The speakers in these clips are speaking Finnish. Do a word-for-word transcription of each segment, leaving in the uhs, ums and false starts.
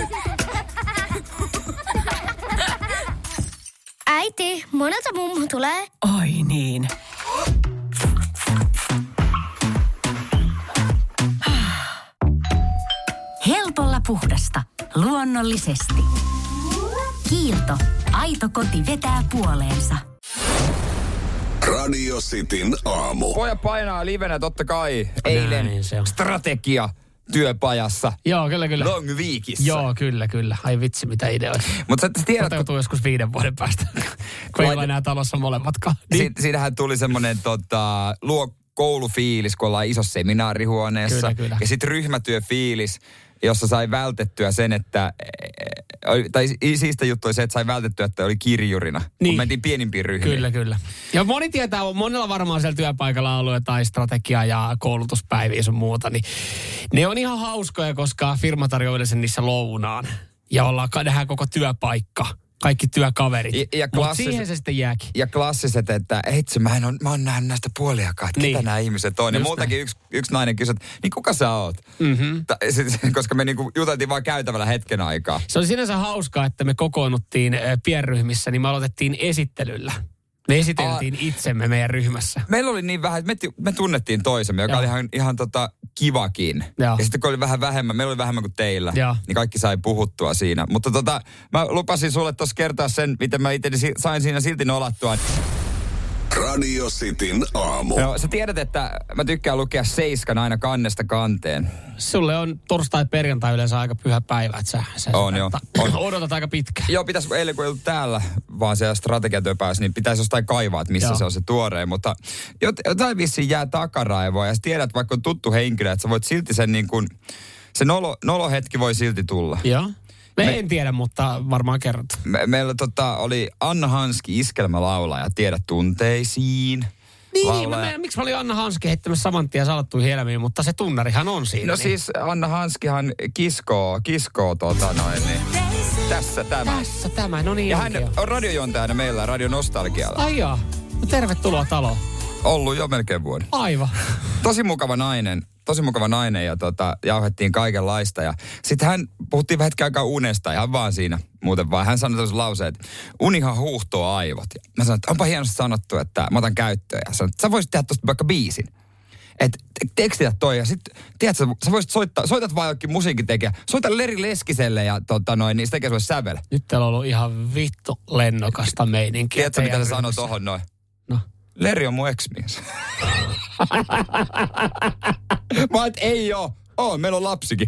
Äiti, monelta mummu tulee? Oi niin. Helpolla puhdasta. Luonnollisesti. Kiilto. Aito koti vetää puoleensa. Radio Cityn aamu. Poja painaa livenä totta kai. Eilen strategia työpajassa. Joo, kyllä, kyllä. Long Weekissä. Joo, kyllä, kyllä. Ai vitsi, mitä ideoita. Mutta sä tiedät, toteutuu joskus viiden vuoden päästä, kun ei ole enää talossa molemmatkaan. Niin. Si- siinähän tuli semmoinen tota, luo koulufiilis, kun ollaan isossa seminaarihuoneessa. Kyllä, kyllä. Ja sitten ryhmätyöfiilis, jossa sai vältettyä sen, että... Tai siistä juttu oli se, että sai vältettyä, että oli kirjurina, niin. Kun mentiin pienimpiin ryhmiin. Kyllä, kyllä. Ja moni tietää, monella varmaan siellä työpaikalla on ollut jotain strategia- ja koulutuspäiviä sun muuta, niin ne on ihan hauskoja, koska firma tarjoaa yleensä niissä lounaan. Ja ollaan, nähdään koko työpaikka, kaikki työkaverit. Ja, ja mutta siihen se sitten jääkin. Ja klassiset, että heitsi, mä en ole, mä oon nähnyt näistä puoliakaan, että niin. Ketä nämä ihmiset on. Ja muutakin yksi, yksi nainen kysyi, että niin kuka sä oot? Mm-hmm. Ta, koska me niinku juteltiin vaan käytävällä hetken aikaa. Se on sinänsä hauskaa, että me kokoonnuttiin pienryhmissä, niin me aloitettiin esittelyllä. Me esiteltiin Aa, itsemme meidän ryhmässä. Meillä oli niin vähän, että me, me tunnettiin toisemme, joka Joo. oli ihan, ihan tota kivakin. Joo. Ja sitten kun oli vähän vähemmän, meillä oli vähemmän kuin teillä, Joo. niin kaikki sai puhuttua siinä. Mutta tota, mä lupasin sulle tuossa kertoa sen, miten mä itse sain siinä silti nolattua. Radio Cityn aamu. No, sä tiedät, että mä tykkään lukea Seiskan aina kannesta kanteen. Sulle on torstai perjantai yleensä aika pyhä päivä, että sä, sä on, jo. On. Odotat aika pitkään. Joo, pitäisi, eilen kun ei ollut täällä, vaan siellä strategiatyöpäässä, niin pitäisi jostain kaivaa, että missä Joo. se on se tuoreen. Mutta jotain vissiin jää takaraivoa ja sä tiedät, vaikka on tuttu henkilö, että sä voit silti sen niin kuin, se nolo, nolohetki voi silti tulla. Joo. Me, me en tiedä, mutta varmaan kerrot. Me, meillä tota, oli Anna Hanski iskelmälaulaja, tiedät tunteisiin. Niin, mä menen, miksi mä olin Anna Hanski heittämässä saman tien salattuihin helmiin, mutta se tunnarihan on siinä. No niin. Siis Anna Hanskihan kiskoo, kiskoo tota noin niin. Tässä tämä. Tässä tämä, no niin. Ja hän on radiojuontajana meillä Radio Nostalgialla. Ai jaa, no tervetuloa taloon. Ollut jo melkein vuoden. Aivan. Tosi mukava nainen. Tosi mukava nainen ja tota, jauhettiin kaikenlaista. Ja sitten hän, puhuttiin vähän hetken aikaa unesta ihan vaan siinä muuten vaan. Hän sanoi tällaisen lauseen, että unihan huuhtoo aivot. Ja mä sanoin, että onpa hienosti sanottu, että mä otan käyttöön. Ja sanoin, että sä voisit tehdä tosta vaikka biisin. Että tekstitä toi ja sitten, tiedätkö, sä voisit soittaa, soitat vaan jokin musiikintekijä. Soita Leri Leskiselle ja tota noin, niin se tekee sulle sävel. Nyt teillä on ollut ihan vittu lennokasta meininkiä. Tiedätkö, mitä se sanoi tohon noin? No. Leri on mun ex-mies. Mä et ei oo. Oo, meillä on lapsikin.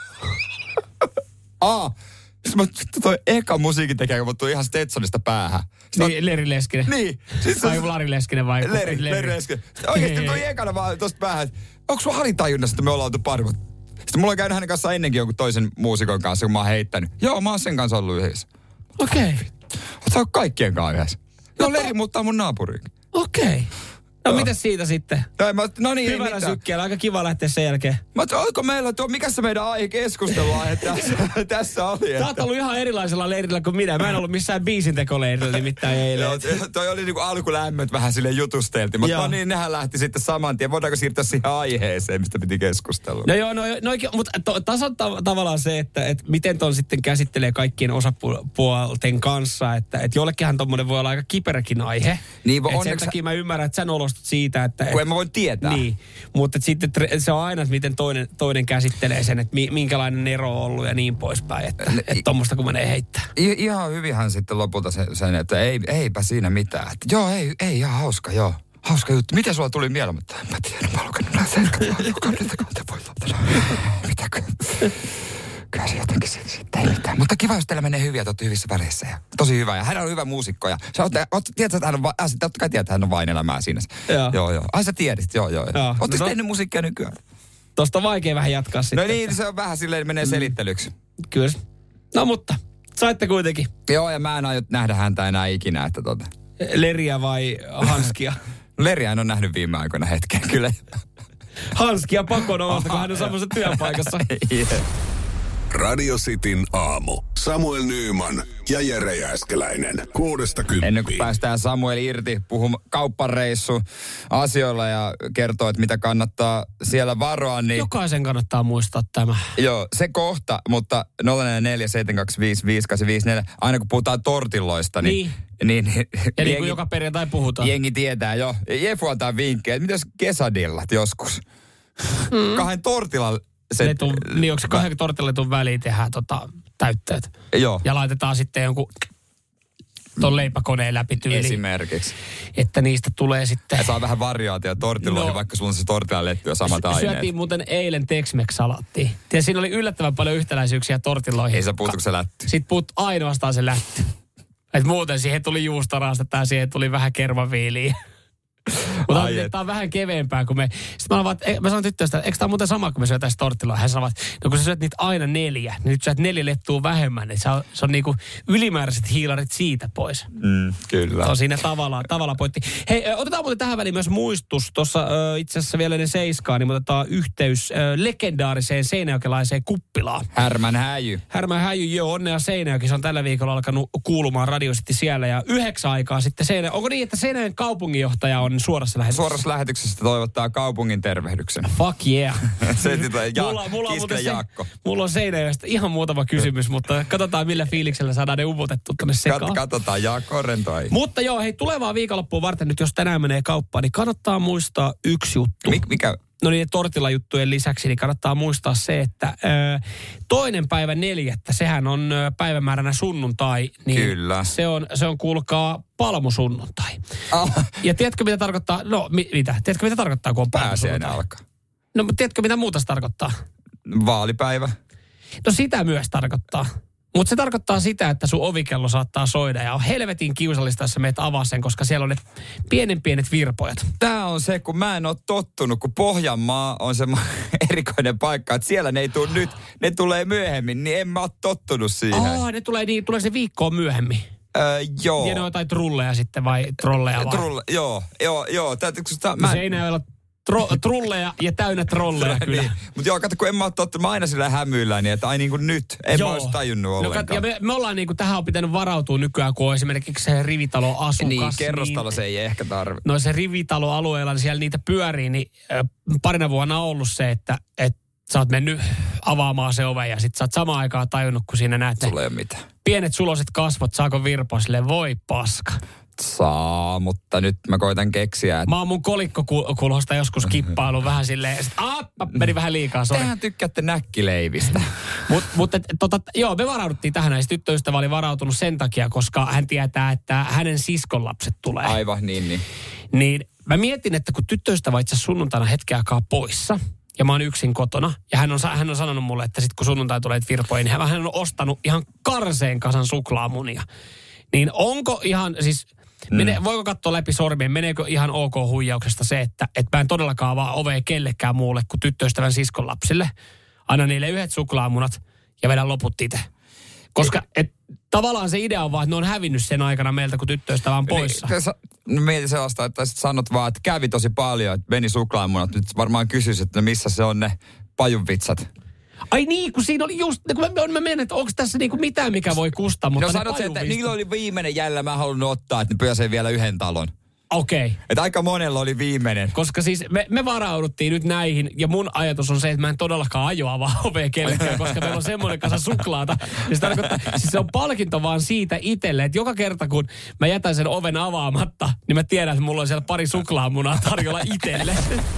Aa. Sitten mä toi eka musiikintekijä, kun mä tuli ihan Stetsonista päähän. Sitten niin, Leri Leskinen. Niin. Siis vai Lari Leskinen vai? Leri, Leri Leskinen. Oikeesti tuli ekana vaan tosta päähän, että onko sulla halitajunnassa, että me ollaan oltu paremmat? Sitten mulla on käynyt hänen kanssaan ennenkin jonkun toisen muusikon kanssa, kun mä oon heittänyt. Joo, mä oon sen kanssa ollut yhdessä. Okei. Okay. Oot sä kaikkien kanssa yhdessä? Joo, Leri muuttaa mun naapuriin. Okei. Okay. No, no mitäs siitä sitten? No, mä, no niin, hyvällä sykkeellä, aika kiva lähteä sen jälkeen. Mä oon, oliko meillä tuo, mikä se meidän aihe keskusteluaihe tässä, tässä oli? Sä oot ollut ihan erilaisella leirillä kuin minä. Mä en ollut missään biisintekoleirillä nimittäin eilen. Joo, toi oli niinku alkulämmöt vähän silleen jutusteltiin. Mutta no niin, nehän lähti sitten saman tien. Voidaanko siirtää siihen aiheeseen, mistä piti keskustella? No joo, no, no mutta to, taas on ta- tavallaan se, että et miten ton sitten käsittelee kaikkien osapuolten kanssa. Että et jollekinhan tommonen voi olla aika kiperäkin aihe. Niin, et sen takia mä ymmärrän, että sä nolostut siitä, että... Kun en mä voin tietää. Niin, mutta sitten se on aina, että miten toinen, toinen käsittelee sen, että minkälainen ero on ollut ja niin poispäin, että et tommoista kun menee heittää. I, ihan hyvinhän sitten lopulta sen, että ei, eipä siinä mitään. Että joo, ei, ei ihan hauska, joo. Hauska juttu. Miten sulla tuli mieleen? Mutta en mä tiedä, mä oon lukenut näin selkä. Mitäkö? Kyllä se jotenkin sitten ei mitään. Mutta kiva, jos teillä menee hyvin ja te olette hyvissä väleissä. Ja tosi hyvä. Ja hän on hyvä muusikko. Ja sä oot, oot, tiedät, että hän on, va- äh, totta kai tiedät, että hän on vain elämää siinä. Joo. Joo, joo. Ai sä tiedit, joo, joo. joo. Ootte no, tehnyt musiikkia nykyään? Tosta on vaikea vähän jatkaa sitten. No niin, että... se on vähän silleen, menee selittelyksi. Mm. Kyllä. No mutta, saitte kuitenkin. Joo, ja mä en aio nähdä häntä enää ikinä, että tota... Leriä vai Hanskia? Leriä en ole nähnyt viime aikoina hetken, kyllä. Hanskia pakon omasta, kun hän on samassa työpaikassa. Yeah. Radio Cityn aamu. Samuel Nyyman ja Jere Jääskeläinen. Kuudesta kymppiin. Ennen kuin päästään Samuel irti, puhum kauppareissu asioilla ja kertoo, että mitä kannattaa siellä varoa. Niin, jokaisen kannattaa muistaa tämä. joo, se kohta, mutta nolla neljä neljä seitsemän kaksi viisi viisi kahdeksan viisi neljä, aina kun puhutaan tortilloista, niin... Niin. niin, niin Ja niin jengi, kuin joka perjantai puhutaan. jengi tietää jo. Jefu antaa vinkkejä, että mitäs kesadillat joskus? Mm. Kahden tortilan... Se, Letun, niin onko se kahden tortiletun väliin tehdään tota, täytteet? Joo. Ja laitetaan sitten jonkun ton leipäkoneen läpi tyyliin. Esimerkiksi. Että niistä tulee sitten... Ja saa vähän variaatio tortilloihin, no, vaikka sulla on se tortilaletty ja samat aineet. Syötiin muuten eilen Tex-Mex-salaattia. Ja siinä oli yllättävän paljon yhtäläisyyksiä tortilloihin. Ei se puutu se lätty. Sitten puut ainoastaan se lätty. Et muuten siihen tuli juustorasta ja siihen tuli vähän kermaviiliä. Mutta tämä on vähän keveämpää, kun me... Sitten mä, vaan, mä sanoin tyttöstä, että eikö tämä muuten sama, kun me syötään tortilloa? Hän sanoi, että no kun sä syöt niitä aina neljä, niin nyt syöt neljä lettua vähemmän. Niin se on, se on niinku ylimääräiset hiilarit siitä pois. Mm, kyllä. On siinä tavallaan, tavallaan pointti. Hei, otetaan muuten tähän väliin myös muistus. Tuossa itse asiassa vielä ne seiskaa, niin otetaan yhteys ö, legendaariseen seinäjokelaiseen kuppilaan. Härmän häjy. Härmän häjy, joo, onnea Seinäjoki. Se on tällä viikolla alkanut kuulumaan Radio City siellä. Ja yhdeksän aikaa sitten Seinä... Onko niin, että Seinäjoen kaupunginjohtaja on suorassa lähetyksessä? Suorassa lähetyksessä toivottaa kaupungin tervehdyksen. Fuck yeah. Se tulee ja, mulla, mulla, on se, Jaakko. mulla on Seinäjoesta ihan muutama kysymys, mutta katsotaan millä fiiliksellä saadaan ne upotettu tonne sekaan. Kat, katsotaan, Jaakko rentoi. Mutta joo, hei, tulevaa viikonloppuun varten nyt, jos tänään menee kauppaan, niin kannattaa muistaa yksi juttu. Mik, mikä? No niin, tortilajuttujen lisäksi, niin kannattaa muistaa se, että ö, toinen päivä neljättä, sehän on ö, päivämääränä sunnuntai. Niin Kyllä. Se on, se on kuulkaa palmusunnuntai. Ah. Ja tiedätkö mitä tarkoittaa? No mi, mitä? Tiedätkö mitä tarkoittaa, kun on Pääsiäinen palmusunnuntai? alkaa. No mutta tiedätkö mitä muuta se tarkoittaa? Vaalipäivä. No sitä myös tarkoittaa. Mutta se tarkoittaa sitä, että sun ovikello saattaa soida ja on helvetin kiusallista, jos sä meet avaa sen, koska siellä on ne pienen pienet virpojat. Tää on se, kun mä en ole tottunut, kun Pohjanmaa on se erikoinen paikka, että siellä ne ei tule nyt, ne tulee myöhemmin, niin en mä ole tottunut siihen. Aa, ne tulee, niin, tulee se viikkoon myöhemmin. Öö, joo. Ja ne on jotain trulleja sitten vai trolleja vai? Trulle, joo, joo, joo. Täytyy, kun sitä, No mä... se ei näy olla tro, trulleja ja täynnä trolleja kyllä. Niin. Mutta joo, kato, kun en mä ole tottunut, mä aina sillä hämyillään, niin että ai niin kuin nyt, en joo. mä olisi tajunnut ollenkaan. No, ja me, me ollaan niin kuin, tähän on pitänyt varautua nykyään, kun on esimerkiksi se rivitaloasukas. Niin, kerrostalo niin, se ei ehkä tarvitse. No se rivitaloalueella, niin siellä niitä pyörii, niin äh, parina vuonna on ollut se, että et sä oot mennyt avaamaan se oven ja sit sä oot samaan aikaan tajunnut, kun siinä näet Sulla ei ole mitään. Pienet suloiset kasvot, saako virpoa silleen, voi paska. Saa, mutta nyt mä koitan keksiä. Että... Mä oon mun kolikkokulhosta joskus kippailu vähän silleen, sit, aah, meni vähän liikaa, sori. Tehän tykkäätte näkkileivistä. Mutta mut, tota, joo, me varauduttiin tähän, ja tyttöystävä oli varautunut sen takia, koska hän tietää, että hänen siskon lapset tulee. Aivan, niin, niin. Niin mä mietin, että kun tyttöystävä itse asiassa sunnuntaina hetken aikaa poissa, ja mä oon yksin kotona, ja hän on, hän on sanonut mulle, että sit kun sunnuntai tulee virpoihin, niin hän on ostanut ihan karseen kasan suklaamunia. Niin onko ihan, siis... Mene, mm. Voiko katsoa läpi sormien, meneekö ihan ok huijauksesta se, että et mä en todellakaan avaa ovea kellekään muulle kuin tyttöystävän siskon lapsille. Anna niille yhdet suklaamunat ja vedän loput itse. Koska et, tavallaan se idea on vaan, että ne on hävinnyt sen aikana meiltä, kun tyttöystävä on poissa. Niin, no mietin sellaista, että sit sanot vaan, että kävi tosi paljon, että meni suklaamunat. Nyt varmaan kysyisit, että no missä se on ne pajunvitsat. Ai niin, kun siinä oli just, kun mä, mä menen, että onko tässä niinku mitään, mikä voi kustaa, mutta no sanot se, että niillä oli viimeinen jäljellä, mä halunnut ottaa, että ne pyösee vielä yhden talon. Okei. Okay. Että aika monella oli viimeinen. Koska siis me, me varauduttiin nyt näihin, ja mun ajatus on se, että mä en todellakaan ajoa vaan ovea kellekään, koska meillä on semmoinen kasa suklaata. Ja se tarkoittaa, siis se on palkinto vaan siitä itselle, että joka kerta kun mä jätän sen oven avaamatta, niin mä tiedän, että mulla on siellä pari suklaamunaa tarjolla itselle.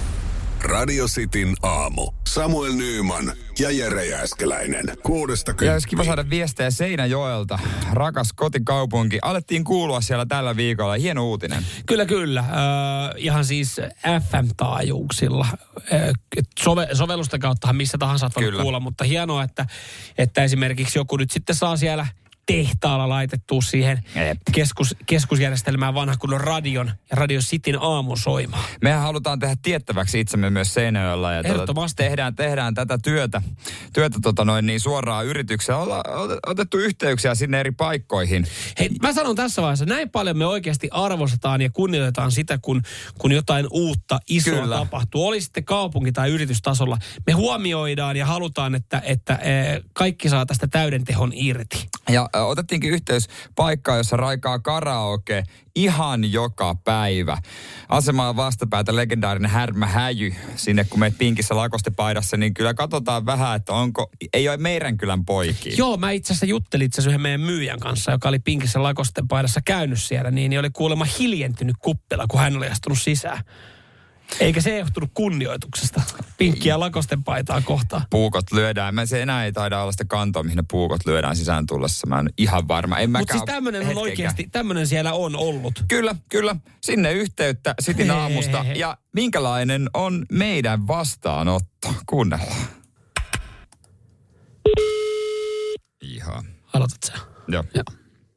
Radio Cityn aamu. Samuel Nyyman ja Jere Jääskeläinen. Kuudesta Ja kymppiin. olisi kiva saada viestejä Seinäjoelta. Rakas kotikaupunki. Alettiin kuulua siellä tällä viikolla. Hieno uutinen. Kyllä, kyllä. Äh, ihan siis F M-taajuuksilla. Äh, sove, sovellusten kauttahan missä tahansa on kuulla, mutta hienoa, että, että esimerkiksi joku nyt sitten saa siellä tehtaalla laitettua siihen keskus, keskusjärjestelmään vanha kunnon radion ja Radio Cityn aamun soimaan. Mehän halutaan tehdä tiettäväksi itsemme myös Seinäjoella ja tuota, tehdään, tehdään tätä työtä, työtä tota noin, niin suoraan yritykseen. Ollaan otettu yhteyksiä sinne eri paikkoihin. Hei, mä sanon tässä vaiheessa, näin paljon me oikeasti arvostetaan ja kunnioitetaan sitä, kun, kun jotain uutta isoa Kyllä. tapahtuu. Oli sitten kaupunki- tai yritystasolla. Me huomioidaan ja halutaan, että, että kaikki saa tästä täyden tehon irti. Ja ö, otettiinkin yhteys paikkaan, jossa raikaa karaoke ihan joka päivä. Asemaa vastapäätä legendaarinen Härmä Häjy. Sinne kun meet pinkissä lakostepaidassa, niin kyllä katsotaan vähän, että onko, ei ole meidän kylän poikia. Joo, mä itse asiassa juttelin itse asiassa yhden meidän myyjän kanssa, joka oli pinkissä lakostepaidassa käynyt siellä, niin, niin oli kuulemma hiljentynyt kuppila, kun hän oli astunut sisään. Eikä se johtunut kunnioituksesta pinkkiä lakosten paitaa kohtaan. Puukot lyödään. Mä se enää ei taida olla sitä kantoa, mihin ne puukot lyödään sisään tullessa. Mä en ihan varma. Mutta siis tämmönen on oikeasti, tämmönen siellä on ollut. Kyllä, kyllä. Sinne yhteyttä Cityn aamusta. He, he. Ja minkälainen on meidän vastaanotto? Kuunnellaan. Ihan. Aloitat sä? Joo. Joo.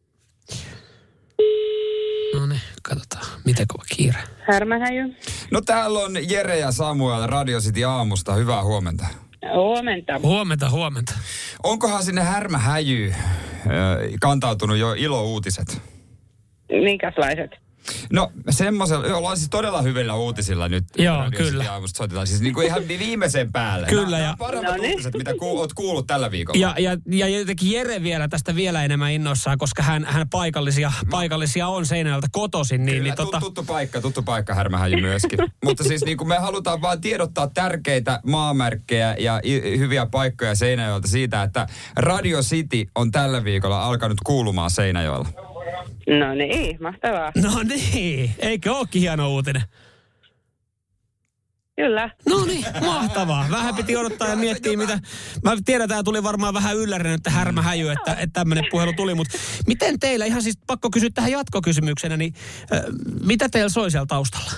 No niin, katsotaan. Miten kova kiire? Härmä Häjy. No täällä on Jere ja Samuel Radio City aamusta. Hyvää huomenta. Huomenta. Huomenta, huomenta. Onkohan sinne Härmä Häjy äh, kantautunut jo ilouutiset? Minkäslaiset? No semmoisella, ollaan siis todella hyvillä uutisilla nyt. Joo, Radio kyllä. City aamusta soitetaan siis niin kuin ihan viimeisen päälle. Kyllä. Nämä, ja... nämä parhaimmat no niin. uutiset, mitä ku, oot kuullut tällä viikolla. Ja, ja, ja jotenkin Jere vielä tästä vielä enemmän innoissaan, koska hän, hän paikallisia, no. paikallisia on Seinäjoelta kotoisin. Niin, Kyllä, niin, tota... tuttu paikka, tuttu paikka Härmä Häjy myöskin. Mutta siis niin kuin me halutaan vaan tiedottaa tärkeitä maamärkkejä ja i- hyviä paikkoja Seinäjoelta siitä, että Radio City on tällä viikolla alkanut kuulumaan Seinäjoella. No niin, mahtavaa. No niin, eikö ookin hieno uutinen? Kyllä. No niin, mahtavaa. Vähän piti odottaa ja miettiä, mitä... Mä tiedän, että tämä tuli varmaan vähän yllärinä, että Härmä Häjy, että, että tämmöinen puhelu tuli, mutta miten teillä, ihan siis pakko kysyä tähän jatkokysymyksenä, niin äh, mitä teillä soi siellä taustalla?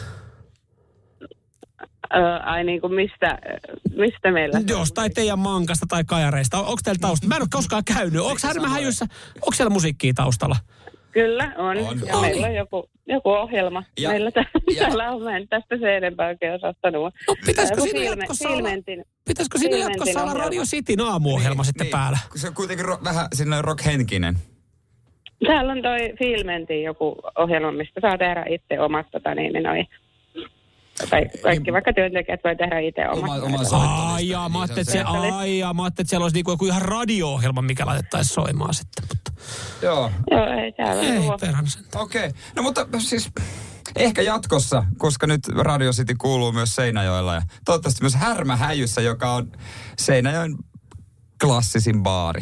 Ö, ai niin kuin mistä, mistä meillä? Jostain teidän mankasta tai kajareista. Onko teillä taustalla? Mä en ole koskaan käynyt. Onko Härmä Häjyssä, onko siellä musiikkia taustalla? Kyllä, on. On. Ja Oh, meillä niin. on joku, joku ohjelma. Ja, meillä t- ja. täällä on, mä en tästä se enempää oikein osaa sanoa. No pitäisikö Ää, siinä filme- jatkossa olla, filmentin, pitäisikö siinä filmentin jatkossa olla ohjelma. Radio Cityn aamuohjelma Niin, sitten niin. päällä? Se on kuitenkin ro- vähän sinne rock-henkinen. Täällä on toi Filmentin joku ohjelma, mistä saa tehdä itse omat tota niin, niin noi. Kaikki, kaikki vaikka työntekijät voi tehdä itse omat. Oma, oma Ai jaa, mä ajattelin, että se, ai jaa, mä ajattelin, että siellä olisi niinku joku ihan radio-ohjelma, mikä laitettaisiin soimaan sitten. Mutta... Joo. Joo, ei täällä Ei tuo. perhana sen. Okei. Okay. No mutta siis ehkä jatkossa, koska nyt Radio City kuuluu myös Seinäjoella ja toivottavasti myös Härmä Häjyssä, joka on Seinäjoen klassisin baari.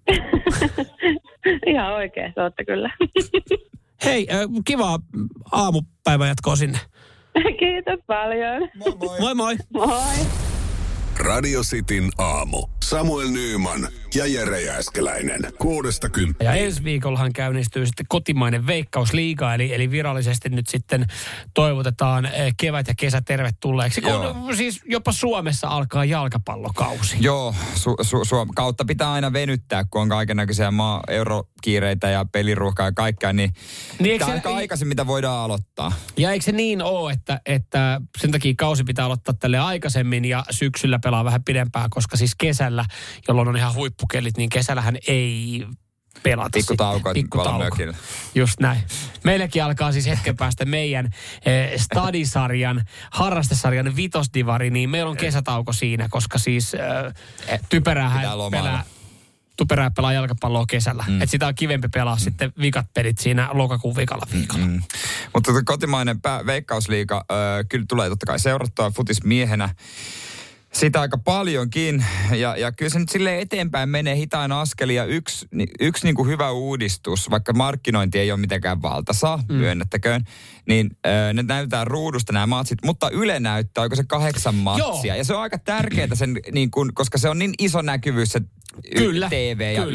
Ihan oikein, se olette kyllä. Hei, äh, kivaa aamupäivän jatkoa sinne. Kiitos paljon. Moi moi. Moi moi. Moi. Radio Cityn aamu. Samuel Nyyman ja Jere Jääskeläinen. Kuudesta kymppiin. Ja ensi viikollahan käynnistyy sitten kotimainen Veikkausliiga, eli, eli virallisesti nyt sitten toivotetaan eh, kevät ja kesä tervetulleeksi, kun Joo. siis jopa Suomessa alkaa jalkapallokausi. Joo, su, su, su, kautta pitää aina venyttää, kun on kaikennäköisiä maa, eurokiireitä ja peliruuhkaa ja kaikkea, niin, Niin tämä on eikö aika se- aikaisin, mitä voidaan aloittaa. Ja eikö se niin ole, että, että sen takia kausi pitää aloittaa tälle aikaisemmin ja syksyllä pelaa vähän pidempään, koska siis kesällä, jolloin on ihan huippukelit, niin kesällähän ei pelata. Pikkutauko, sitten. että vallan mökillä. Just näin. Meilläkin alkaa siis hetken päästä meidän eh, stadisarjan, harrastesarjan vitosdivari, niin meillä on kesätauko siinä, koska siis eh, typerähän Pitää lomailla. pelaa, typerää pelaa jalkapalloa kesällä. Mm. Että sitä on kivempi pelaa mm. sitten vikat pelit siinä lokakuun vikalla viikolla. Mm. Mutta tota kotimainen pää, Veikkausliiga, ö, kyllä tulee totta kai seurattua futismiehenä. Sitä aika paljonkin, ja, ja kyllä se nyt silleen eteenpäin menee hitain askel, ja yksi, yksi niin kuin hyvä uudistus, vaikka markkinointi ei ole mitenkään valtasaa, mm. myönnettäköön, niin äh, ne näyttää ruudusta nämä matsit, mutta Yle näyttää, oiko se kahdeksan matsia, Joo. ja se on aika tärkeää, sen, niin kuin, koska se on niin iso näkyvyys se Kyllä, T V ja kyllä. Yle.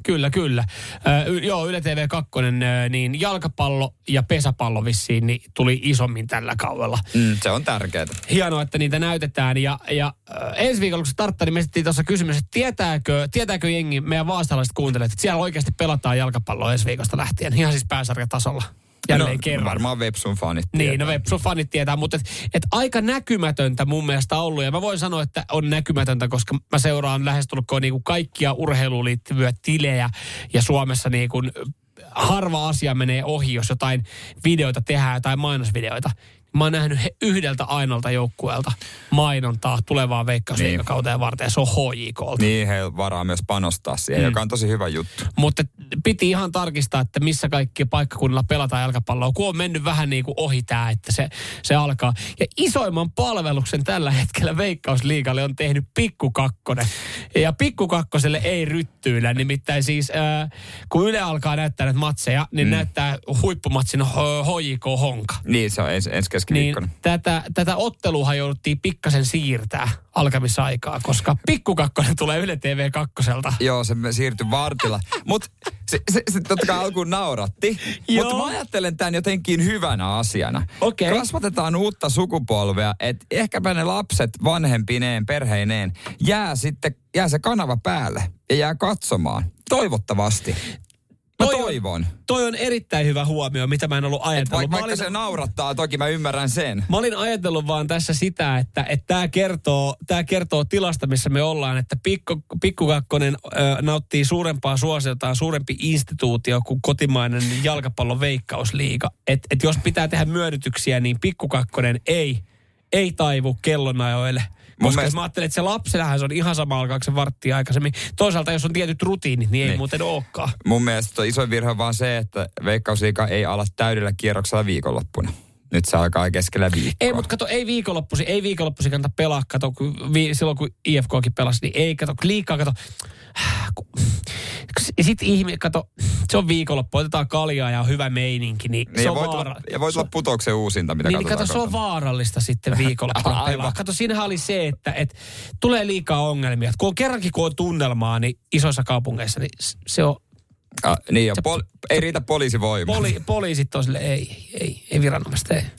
kyllä, kyllä. Äh, y- joo, Yle T V kaksi, äh, niin jalkapallo ja pesäpallo vissiin niin tuli isommin tällä kaudella. Mm, se on tärkeää. Hienoa, että niitä näytetään. Ja, ja äh, ensi viikolla, kun se starttui, niin me esitettiin tuossa kysymys, että tietääkö, tietääkö jengi, meidän vaastalaiset kuuntelijat, että siellä oikeasti pelataan jalkapalloa ensi viikosta lähtien, ihan siis pääsarjatasolla. Jälleen no, kerran. Varmaan Vepsun fanit tietää. Niin, no Vepsun fanit tietää, mutta et, et aika näkymätöntä mun mielestä ollut. Ja mä voin sanoa, että on näkymätöntä, koska mä seuraan lähestulkoon niinku kaikkia urheiluun liittyviä tilejä. Ja Suomessa niinku harva asia menee ohi, jos jotain videoita tehdään, tai mainosvideoita. Mä oon nähnyt he yhdeltä ainoalta joukkueelta mainontaa tulevaa veikkausliigakauteen varten, ja se on H J K:lta. Niin, he varaa myös panostaa siihen, mm. joka on tosi hyvä juttu. Mutta piti ihan tarkistaa, että missä kaikki paikkakunnilla pelataan jalkapalloa, kun on mennyt vähän niin kuin ohi tää, että se, se alkaa. Ja isoimman palveluksen tällä hetkellä Veikkausliigalle on tehnyt Pikku Kakkonen. Ja Pikku Kakkoselle ei ryttyillä, nimittäin siis äh, kun Yle alkaa näyttää näitä matseja, niin mm. näyttää huippumatsin H J K Honka. Niin, se on ensi ens keskiviikkona. Niin tätä, tätä otteluhan jouduttiin pikkasen siirtää alkamisaikaa, koska Pikku Kakkonen tulee Yle T V kakkoselta. Joo, se siirtyi vartilla. Mutta se, se, se totta kai alkuun nauratti. Mutta mä ajattelen tämän jotenkin hyvänä asiana. Okay. Kasvatetaan uutta sukupolvea, että ehkäpä ne lapset vanhempineen, perheineen, jää sitten, jää se kanava päälle ja jää katsomaan. Toivottavasti. Mä toi toivon. On, toi on erittäin hyvä huomio, mitä mä en ollut ajatellut. Vaikka, olin, vaikka se naurattaa, toki mä ymmärrän sen. Mä olin ajatellut vaan tässä sitä, että tämä kertoo, tää kertoo tilasta, missä me ollaan, että Pikku, Pikku Kakkonen ö, nauttii suurempaa suosiotaan, suurempi instituutio kuin kotimainen jalkapallon Veikkausliiga. Että et jos pitää tehdä myönnytyksiä, niin Pikku Kakkonen ei, ei taivu kellonajoille. Koska mielestä... mä ajattelen, että se lapsellähän se on ihan sama alkaako se varttia aikaisemmin. Toisaalta jos on tietyt rutiinit, niin ei niin. muuten olekaan. Mun mielestä isoin virhe on vaan se, että Veikkausliiga ei ala täydellä kierroksella viikonloppuna. Nyt se alkaa keskellä viikkoa. Ei, mutta kato, ei viikonloppusi, ei viikonloppusi kannata pelaa. Kato, kun vi, silloin kun I F K:kin pelasi, niin ei, kato, liikaa, kato. Ja sitten ihminen, kato, se on viikonloppu, otetaan kaljaa ja on hyvä meininki, niin, niin se on vaarallista. Ja voi tulla putouksen uusinta, mitä niin, katsotaan. Niin, kato, se on vaarallista sitten viikonloppuna pelaa. Kato, siinähän oli se, että, että tulee liikaa ongelmia. Kun on kerrankin, kun on tunnelmaa, niin isoissa kaupungeissa, niin se on... Ah, niin jo, pol- ei riitä poliisivoimaa. Poli- poliisit on sille, ei, ei, ei viranomasta, ei.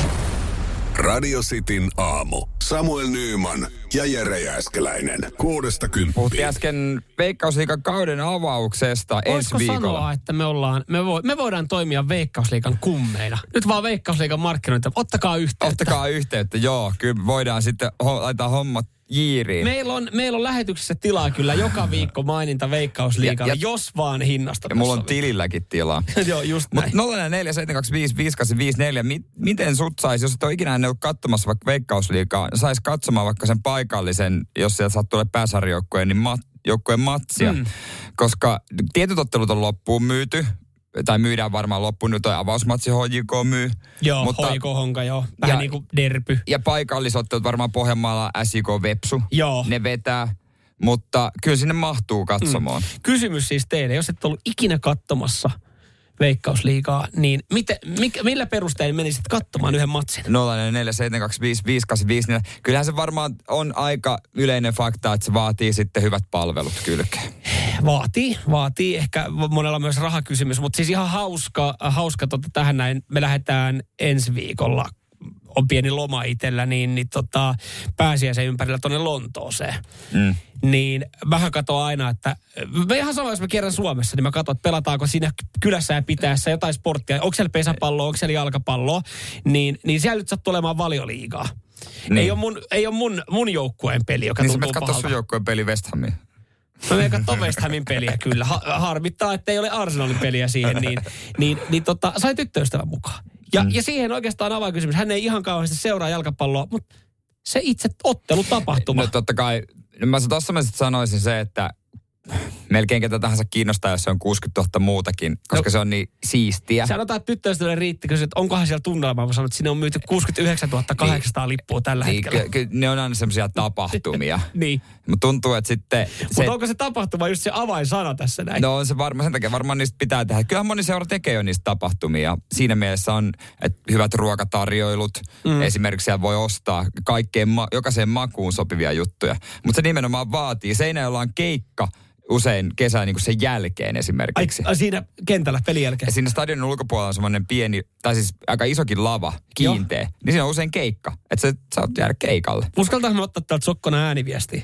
Radio Cityn aamu. Samuel Nyyman ja Jere Jääskeläinen. Kuudesta kymppiin. Puhuttiin äsken Veikkausliigan kauden avauksesta ensi Voisiko viikolla. sanoa, että me, ollaan, me, vo, me voidaan toimia Veikkausliigan kummeina? Nyt vaan Veikkausliigan markkinointi. Ottakaa yhteyttä. Ottakaa yhteyttä, joo. Kyllä voidaan sitten ho- laittaa hommat jiiriin. Meillä on, meillä on lähetyksessä tilaa kyllä joka viikko maininta Veikkausliigalle, jos vaan hinnasta. Ja mulla on tililläkin tilaa. Joo, just näin. Mutta nolla neljä seitsemän kaksi viisi viisi kahdeksan viisi neljä, miten sut sais, jos et ole ikinä ollut katsomassa vaikka Veikkausliigaa, sais katsomaan vaikka sen paikallisen, jos sieltä sattuu olemaan pääsarjoukkueen, niin mat, joukkueen matsia. Mm. Koska tietyt ottelut on loppuun myyty, tai myydään varmaan loppuun, nyt toi avausmatsi H J K myy. Joo, mutta, H J K Honka, joo. Vähän niin kuin derpy. Ja paikallisottelut varmaan Pohjanmaalla S J K Vepsu. Joo. Ne vetää, mutta kyllä sinne mahtuu katsomaan. Mm. Kysymys siis teille, jos et ollut ikinä katsomassa Veikkausliigaa, niin miten, mikä, millä perusteella menisit katsomaan yhden matsin? nolla neljä seitsemän kaksi viisi viisi kahdeksan viisi neljä. Kyllähän se varmaan on aika yleinen fakta, että se vaatii sitten hyvät palvelut kylkeen. Vaatii, vaatii. Ehkä monella myös rahakysymys, mutta siis ihan hauska, hauska tota, tähän näin. Me lähdetään ensi viikolla, on pieni loma itsellä, niin, niin tota, pääsiäisen ympärillä tuonne Lontooseen. Mm. Niin mähän katson aina, että me ihan sama, jos mä kierrän Suomessa, niin mä katson, että pelataanko siinä kylässä ja pitäessä jotain sporttia. Onko siellä pesäpalloa, onko siellä jalkapalloa, niin, niin siellä nyt sattuu olemaan Valioliigaa. Niin. Ei ole mun, ei ole mun, mun joukkueen peli, joka niin tuntuu pahalta. Niin sä katso sun joukkueen peli West Hamiin. Mä menen katsomaan West Hamin peliä kyllä. Ha- harmittaa, että ei ole Arsenalin peliä siihen, niin, niin, niin tota, sai tyttöystävän mukaan. Ja, mm. ja siihen oikeastaan avainkysymys. Hän ei ihan kauheasti seuraa jalkapalloa, mutta se itse ottelutapahtuma. No totta kai, mä tuossa mä sanoisin se, että melkein ketä tahansa kiinnostaa, jos se on kuusikymmentätuhatta muutakin, koska no, se on niin siistiä. Sanotaan, että tyttöystävälle riitti, kysyä, että onkohan siellä tunnelmaa. Mä sanoin, että sinne on myyty kuusikymmentäyhdeksäntuhatta kahdeksansataa niin, lippua tällä niin, hetkellä. Ky- ky- ne on aina semmoisia tapahtumia. Niin. Mutta tuntuu, että sitten... Mutta onko se tapahtuma just se avainsana tässä näin? No on se varmaan, sen takia varmaan niistä pitää tehdä. Kyllähän moni seura tekee jo niistä tapahtumia. Siinä mielessä on, että hyvät ruokatarjoilut. Mm. Esimerkiksi siellä voi ostaa kaikkeen, ma- jokaiseen makuun sopivia juttuja. Mutta se nimenomaan vaatii. Seinäjoella on keikka usein kesän niin kuin sen jälkeen esimerkiksi. Ai, siinä kentällä pelin jälkeen? Ja siinä stadionin ulkopuolella on semmoinen pieni, tai siis aika isokin lava, kiinteä. Joo. Niin siinä on usein keikka. Että sä saat jäädä keikalle. Uskaltaako me ottaa täältä sokkona ääniviestiä?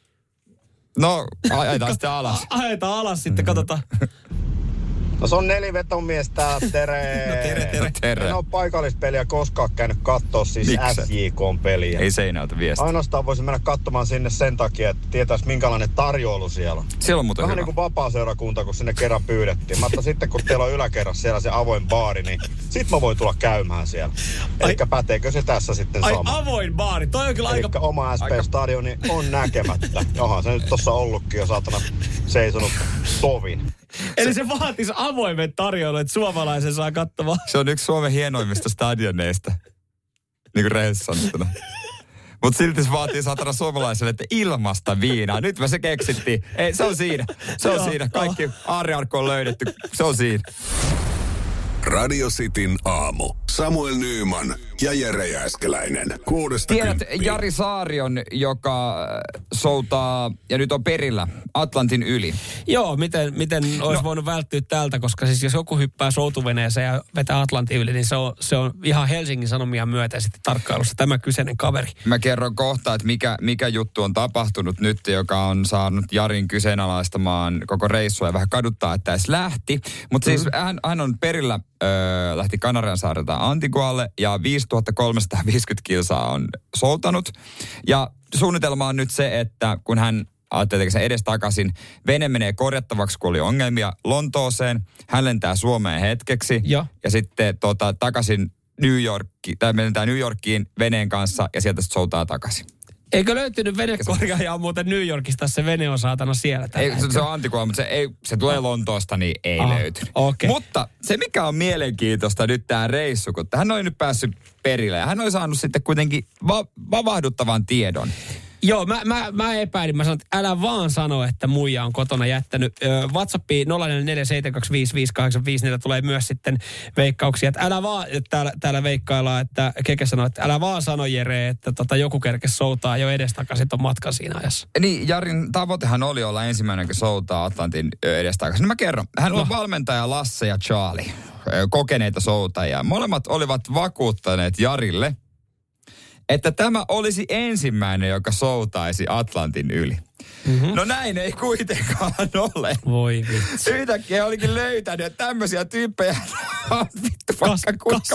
No, ajetaan sitten alas. Ajetaan alas sitten, katsotaan. No se on nelivetonmies tää, tere. No tere, tere. tere. En ole paikallispeliä koskaan käynyt kattoo siis Mikset? S J K:n peliä. Ei seinältä viestiä. Ainoastaan voisin mennä katsomaan sinne sen takia, että tietäisi minkälainen tarjoilu siellä on. Siellä on muuten vähän hyvä. niin kuin vapaa-seurakunta, kun sinne kerran pyydettiin. Mutta sitten kun teillä on yläkerrassa siellä se avoin baari, niin sit mä voin tulla käymään siellä. Eli päteekö se tässä sitten Ai sama? avoin baari, toi on kyllä Elikkä aika... oma S P-stadioni on näkemättä. Johan se nyt tossa ollutkin jo saatana seisonut tovin. Eli se vaatisi avoimen tarjoilun, että suomalaisen saa katsomaan. Se on yksi Suomen hienoimmista stadioneista. Niin kuin rehellisesti sanottuna. Mutta silti se vaatii saatana suomalaiselle, että ilmasta viinaa. Nyt me se keksittiin. Ei, se on siinä. Se on siinä. Kaikki aariarkku on löydetty. Se on siinä. Radio Cityn aamu. Samuel Nyyman ja Jere Jääskeläinen. Kuudesta Tiedät kymppiin. Jari Saarion, joka soutaa ja nyt on perillä Atlantin yli. Joo, miten, miten olisi no. voinut välttyä tältä, koska siis jos joku hyppää soutuveneeseen ja vetää Atlantin yli, niin se on, se on ihan Helsingin Sanomia myötä sitten tarkkailussa tämä kyseinen kaveri. Mä kerron kohta, että mikä, mikä juttu on tapahtunut nyt, joka on saanut Jarin kyseenalaistamaan koko reissua ja vähän kaduttaa, että edes lähti. Mutta siis mm. hän, hän on perillä, öö, lähti Kanarian saarelta Antigualle ja viisituhatta kolmesataaviisikymmentä kilsaa on soutanut. Ja suunnitelma on nyt se, että kun hän ajattelee sen edes takaisin, vene menee korjattavaksi, kun oli ongelmia Lontooseen. Hän lentää Suomeen hetkeksi ja, ja sitten tota, takaisin New Yorkiin, tai lentää New Yorkiin veneen kanssa ja sieltä sitten soutaa takaisin. Eikö löytynyt venekorjaajaa muuten New Yorkista, se vene on saatana siellä tällä ei, se, se on Antigua, mutta se, ei, se tulee Lontoosta, niin ei ah, löytynyt. Okay. Mutta se, mikä on mielenkiintoista nyt tämä reissu, kun hän on nyt päässyt perille ja hän on saanut sitten kuitenkin va- vavahduttavan tiedon. Joo, mä, mä, mä epäilin. Mä sanoin, että älä vaan sano, että muija on kotona jättänyt. Ö, WhatsAppiin nolla neljä neljä seitsemän kaksi viisi viisi kahdeksan viisi, niillä tulee myös sitten veikkauksia. Että älä vaan, että täällä, täällä veikkaillaan, että Keke sanoi, että älä vaan sano Jere, että tota, joku kerkes soutaa jo edestakaisin ton matkan siinä ajassa. Niin, Jarin tavoitehan oli olla ensimmäinen, kun soutaa Atlantin edestakaisin. No mä kerron. Hän on no. valmentaja Lasse ja Charlie, kokeneita soutajia. Molemmat olivat vakuuttaneet Jarille, että tämä olisi ensimmäinen, joka soutaisi Atlantin yli. Mm-hmm. No näin ei kuitenkaan ole. Voi vitsi. Yhtäkkiä olikin löytänyt, että tämmöisiä tyyppejä on vittu vaikka kuinka.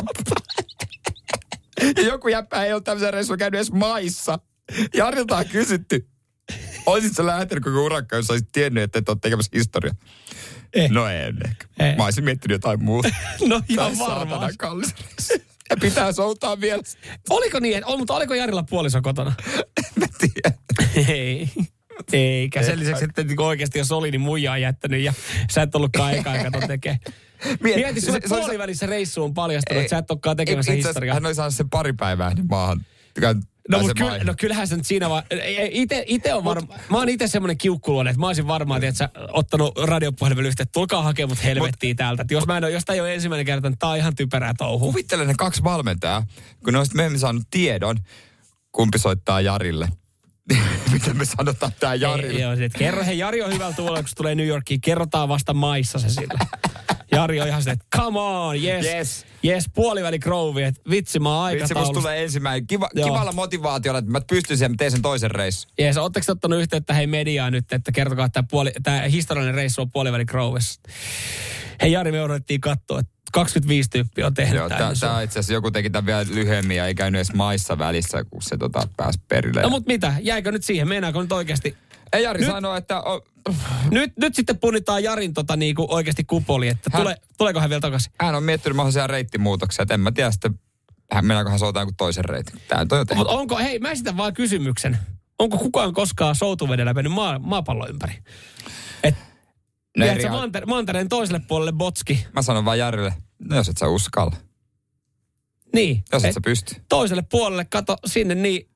Ja joku jäppä ei ole tämmöisen reissuun käynyt edes maissa. Jarilta on kysytty, olisitko sä lähtenyt koko urakkaan, jos olisit tiennyt, että et ole tekemässä historiaa? Eh. No en ehkä. Eh. Mä olisin miettinyt jotain muuta. No ihan varmaan. Kallis. Ja pitää soutaa vielä. Oliko niin, että, mutta oliko Jarilla puoliso kotona? Mä tiedän. Ei. Eikä. Sen lisäksi, että oikeasti jos oli, niin muija on jättänyt ja sä et ollutkaan aikaa kato tekee. Mieti, Mieti sulle se, puolivälissä reissu on paljastunut, että sä et olekaan tekemässä historiaa. Hän oli saanut sen pari päivää niin maahan. No, mutta kyllä, no kyllähän se nyt siinä vaan, ite on varma, mä oon ite semmonen kiukkuluone, että mä olisin varmaan, että sä ottanut radiopuhelimella yhteen, että tulkaa hakemaan mut helvettiä mut, täältä. Että jos mä en ole, jos tää ei ole ensimmäinen kerta, niin tää on ihan typerää touhua. Kuvittelen ne kaksi valmentajaa, kun ne olisi myöhemmin saanut tiedon, kumpi soittaa Jarille. Miten me sanotaan tää Jarille? Ei, joo, että kerro, hei Jari on hyvällä tuolla, kun se tulee New Yorkiin, kerrotaan vasta maissa se sille. Jari on ihan se, että come on, yes, yes, yes puoliväli Groove, että vitsi mä oon aikataulussa. Vitsi musta tulee ensimmäinen, Kiva, kivalla motivaatiolla, että mä pystyn siihen, mä teen sen toisen reissun. Jees, ootteko ottanut yhteyttä hei mediaa nyt, että kertokaa, että tämä historiallinen reissu on puoliväli Grovessa. Hei Jari, me odotettiin katsoa, että kaksikymmentäviisi tyyppiä on tehnyt Joo, tämän. Tämä itse asiassa joku teki tämän vielä lyhyemmin ja ei käynyt edes maissa välissä, kun se tota, pääsi perille. No mut mitä, jäikö nyt siihen? Meinaako nyt oikeasti? Ei Jari nyt, sanoo, että... Oh, nyt, nyt sitten punnitaan Jarin tota niinku oikeasti kupoli, että hän, tule, tuleeko hän vielä takaisin? Hän on miettinyt mahdollisia reittimuutoksia, että en mä tiedä sitten, hän mennäänkö hän soutaa jonkun toisen reitin. Tämä on Mutta onko, hei mä esitän vaan kysymyksen. Onko kukaan koskaan soutuvedellä mennyt maa, maapallon ympäri? Et, no tiedätkö manter, mantereen toiselle puolelle botski? Mä sanon vaan Jarille, no jos et sä uskalla. Niin. Jos et, et sä pysty. Toiselle puolelle, kato sinne niin...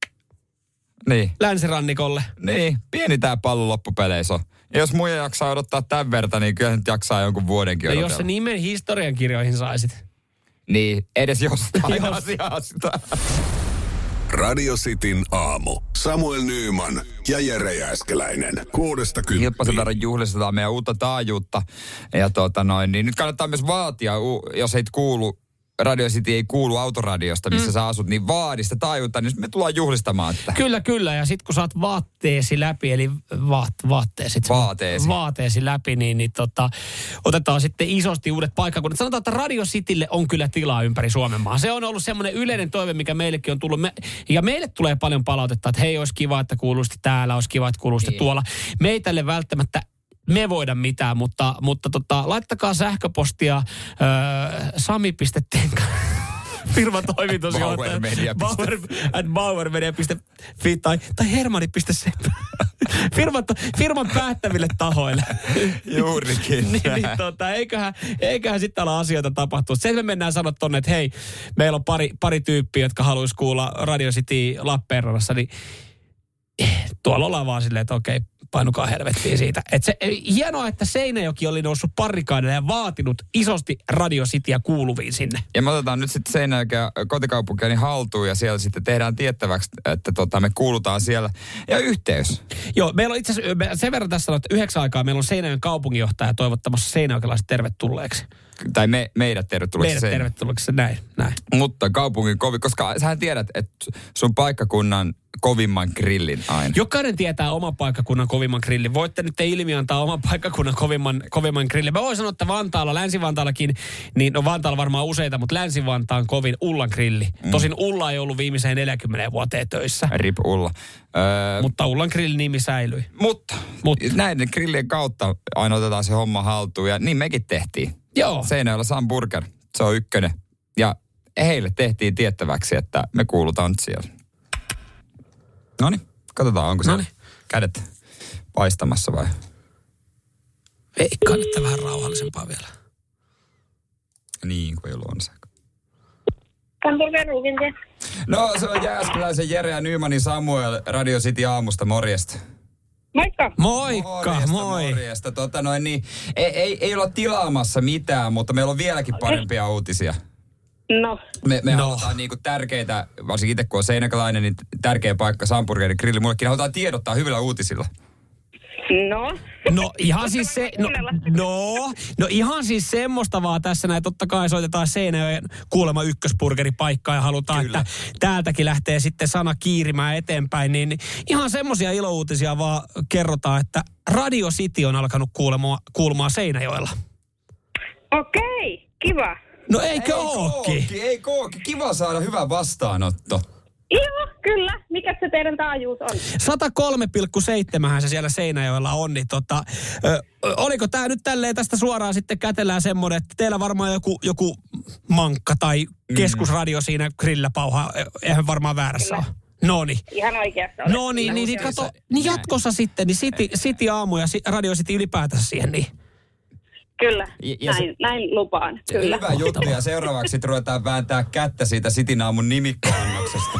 Niin. Länsirannikolle. Niin, pieni tää pallo loppupeleissä on. Ja jos muija jaksaa odottaa tämän verta, niin kyllä nyt jaksaa jonkun vuodenkin odotella. Ja jos sä nimen historiankirjoihin saisit. Niin, edes jostain asiasta. Radio Cityn aamu. Samuel Nyyman ja Jere Jääskeläinen. Kuudesta kymppiin. Hilppasen verran juhlistetaan meidän uutta taajuutta. Ja tota noin, niin nyt kannattaa myös vaatia, jos ei kuulu, Radio City ei kuulu autoradiosta, missä mm. sä asut, niin vaadi sitä taajuutta, niin me tullaan juhlistamaan tätä. Kyllä, kyllä. Ja sit kun saat vaatteesi läpi, eli vaat, vaatteesi. Vaateesi. Vaateesi läpi, niin, niin tota, otetaan sitten isosti uudet paikkakunnat. Sanotaan, että Radio Citylle on kyllä tilaa ympäri Suomenmaa. Se on ollut semmoinen yleinen toive, mikä meillekin on tullut. Me, ja meille tulee paljon palautetta, että hei, olisi kiva, että kuuluisitte täällä, olisi kiva, että kuuluisitte tuolla. Me ei tälle välttämättä me voida mitään, mutta, mutta tota, laittakaa sähköpostia öö, sami.tenka firman toimitusjohtaja Bauer, at bauermedia piste fi tai, tai hermani piste se firman, firman päättäville tahoille. Juurikin. niin, niin, tota, eiköhän, eiköhän sitten olla asioita tapahtua. Sen me mennään sanoa tonne, että hei, meillä on pari, pari tyyppiä, jotka haluaisi kuulla Radio City Lappeenrannassa, niin tuolla ollaan vaan silleen, että okei, painukaa helvettiin siitä. Et se, hienoa, että Seinäjoki oli noussut parrikaidelle ja vaatinut isosti Radio Cityä kuuluviin sinne. Ja me otetaan nyt sitten Seinäjoki kotikaupunkiani haltuun ja siellä sitten tehdään tiettäväksi, että tota, me kuulutaan siellä. Ja yhteys. Joo, meillä on itse asiassa, sen verran tässä sanoo, että yhdeksän aikaa meillä on Seinäjoen kaupunginjohtaja toivottamassa seinäjokelaiset tervetulleeksi. Tai me, meidät tervetulleeksi. Meidät tervetulleeksi, näin, näin. Mutta kaupungin kovin, koska sähän tiedät, että sun paikkakunnan kovimman grillin aina. Jokainen tietää oman paikkakunnan kovimman grillin. Voitte nyt ilmi antaa oman paikkakunnan kovimman, kovimman grillin. Mä voin sanoa, että Vantaalla, Länsi-Vantaallakin, niin no Vantaalla varmaan useita, mutta Länsi-Vantaan kovin Ullan grilli. Mm. Tosin Ulla ei ollut viimeiseen neljäkymmentä vuoteen töissä. Rip Ulla. Öö, mutta Ullan grillin nimi säilyi. Mutta, mutta näiden grillien kautta aina otetaan se homma haltuun ja niin mekin tehtiin. Joo. Seinäjoella Sun Burger, se on ykkönen. Ja heille tehtiin tiettäväksi, että me kuulutaan siellä. Noniin, katsotaan, onko se kädet paistamassa vai? Ei, kannattaa vähän rauhallisempaa vielä. Niin, kuin ei ollut on se. No, se on Jääskeläisen Jere ja Nymanin Samuel Radio City aamusta, morjesta. Moikka. Moikka, morjesta, moi. Morjesta. Tota noin, niin, ei, ei, ei olla tilaamassa mitään, mutta meillä on vieläkin parempia uutisia. No. Me, me no. halutaan niinku tärkeitä, varsinkin itse kun on seinäkäläinen, niin tärkeä paikka Samburgerin grilli. Mullekin halutaan tiedottaa hyvillä uutisilla. No. No ihan siis se, no, no, no ihan siis semmoista vaan tässä näin. Totta kai soitetaan Seinäjoen kuulemma ykkösburgeripaikkaa ja halutaan, Kyllä. että täältäkin lähtee sitten sana kiirimään eteenpäin. Niin ihan semmoisia ilouutisia vaan kerrotaan, että Radio City on alkanut kuulemaan, kuulumaan Seinäjoella. Okei, kiva. No eikö ei ooki? Kooki, ei kooki. Kiva saada hyvä vastaanotto. Joo, kyllä. Mikä se teidän taajuus on? sata kolme pilkku seitsemän se siellä Seinäjoella on. Niin tota, ö, oliko tämä nyt tälleen tästä suoraan sitten kätellään semmoinen, että teillä varmaan joku, joku mankka tai keskusradio siinä grillä pauhaa. Eihän varmaan väärässä ole. Noniin. Ihan oikeassa olet. No niin, niin, niin, kato, niin jatkossa sitten, niin City, City aamu ja Radio City ylipäätänsä siihen niin. Kyllä, ja, ja näin, se, näin lupaan. Kyllä. Hyvä juttu ja seuraavaksi ruvetaan vääntää kättä siitä Cityn aamun nimikkoannoksesta.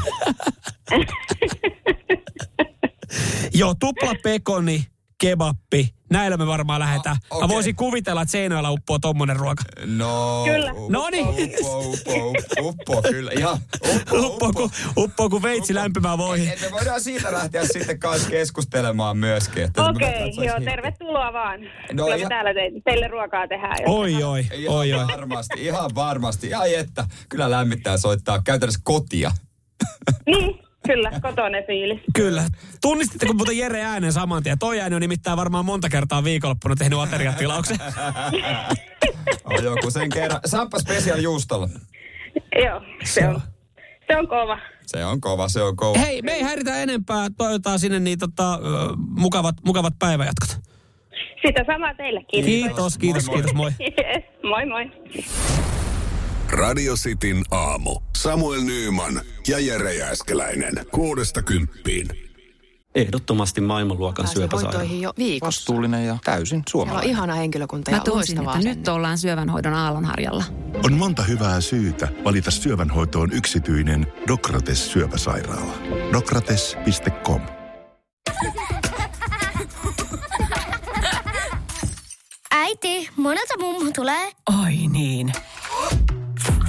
Joo, tupla pekoni, kebappi. Näillä me varmaan lähdetään. Okay. Mä voisin kuvitella, että Seinäjoella uppoo tommonen ruoka. No. Kyllä. No niin. Uppo, uppo, uppo, uppo, kyllä. Ja, uppo, uppoo, uppo. Ku, uppoo kuin veitsi uppo. lämpimään voihin. Et me voidaan siitä lähteä sitten kanssa keskustelemaan myöskin. Okei, okay, joo, tervetuloa vaan. No, Kyllä me täällä te, teille ruokaa tehdään. Oi, oi, ihan oi, oi. varmasti, ihan varmasti. Ai että, kyllä lämmittää soittaa käytännössä kotia. Niin. Kyllä, kotoinen fiilis. Kyllä. Tunnistitteko muuten Jere äänen saman tien? Toi ääni on nimittäin varmaan monta kertaa viikonloppuna tehnyt ateriatilauksen. On joku sen kerran. Samppa Special juustolla. Joo, se on, se on kova. Se on kova, se on kova. Hei, me ei häiritä enempää. Toivotaan sinne niin tota, mukavat, mukavat päivänjatkot. Sitä samaa teillekin. Kiitos, kiitos, moi, kiitos, moi. Yes, moi moi. Radio Cityn aamu. Samuel Nyyman ja Jere Jääskeläinen. Kuudesta kymppiin. Ehdottomasti maailmanluokan syöpäsairaala. Hoitoihin jo viikossa. Vastuullinen ja täysin suomalainen. Siellä on ihana henkilökunta ja Mä tunsin, että nyt ollaan syövänhoidon aallonharjalla. On monta hyvää syytä valita syövänhoitoon yksityinen Dokrates syöpäsairaala. Dokrates piste com. Äiti, monelta mummu tulee? Oi niin.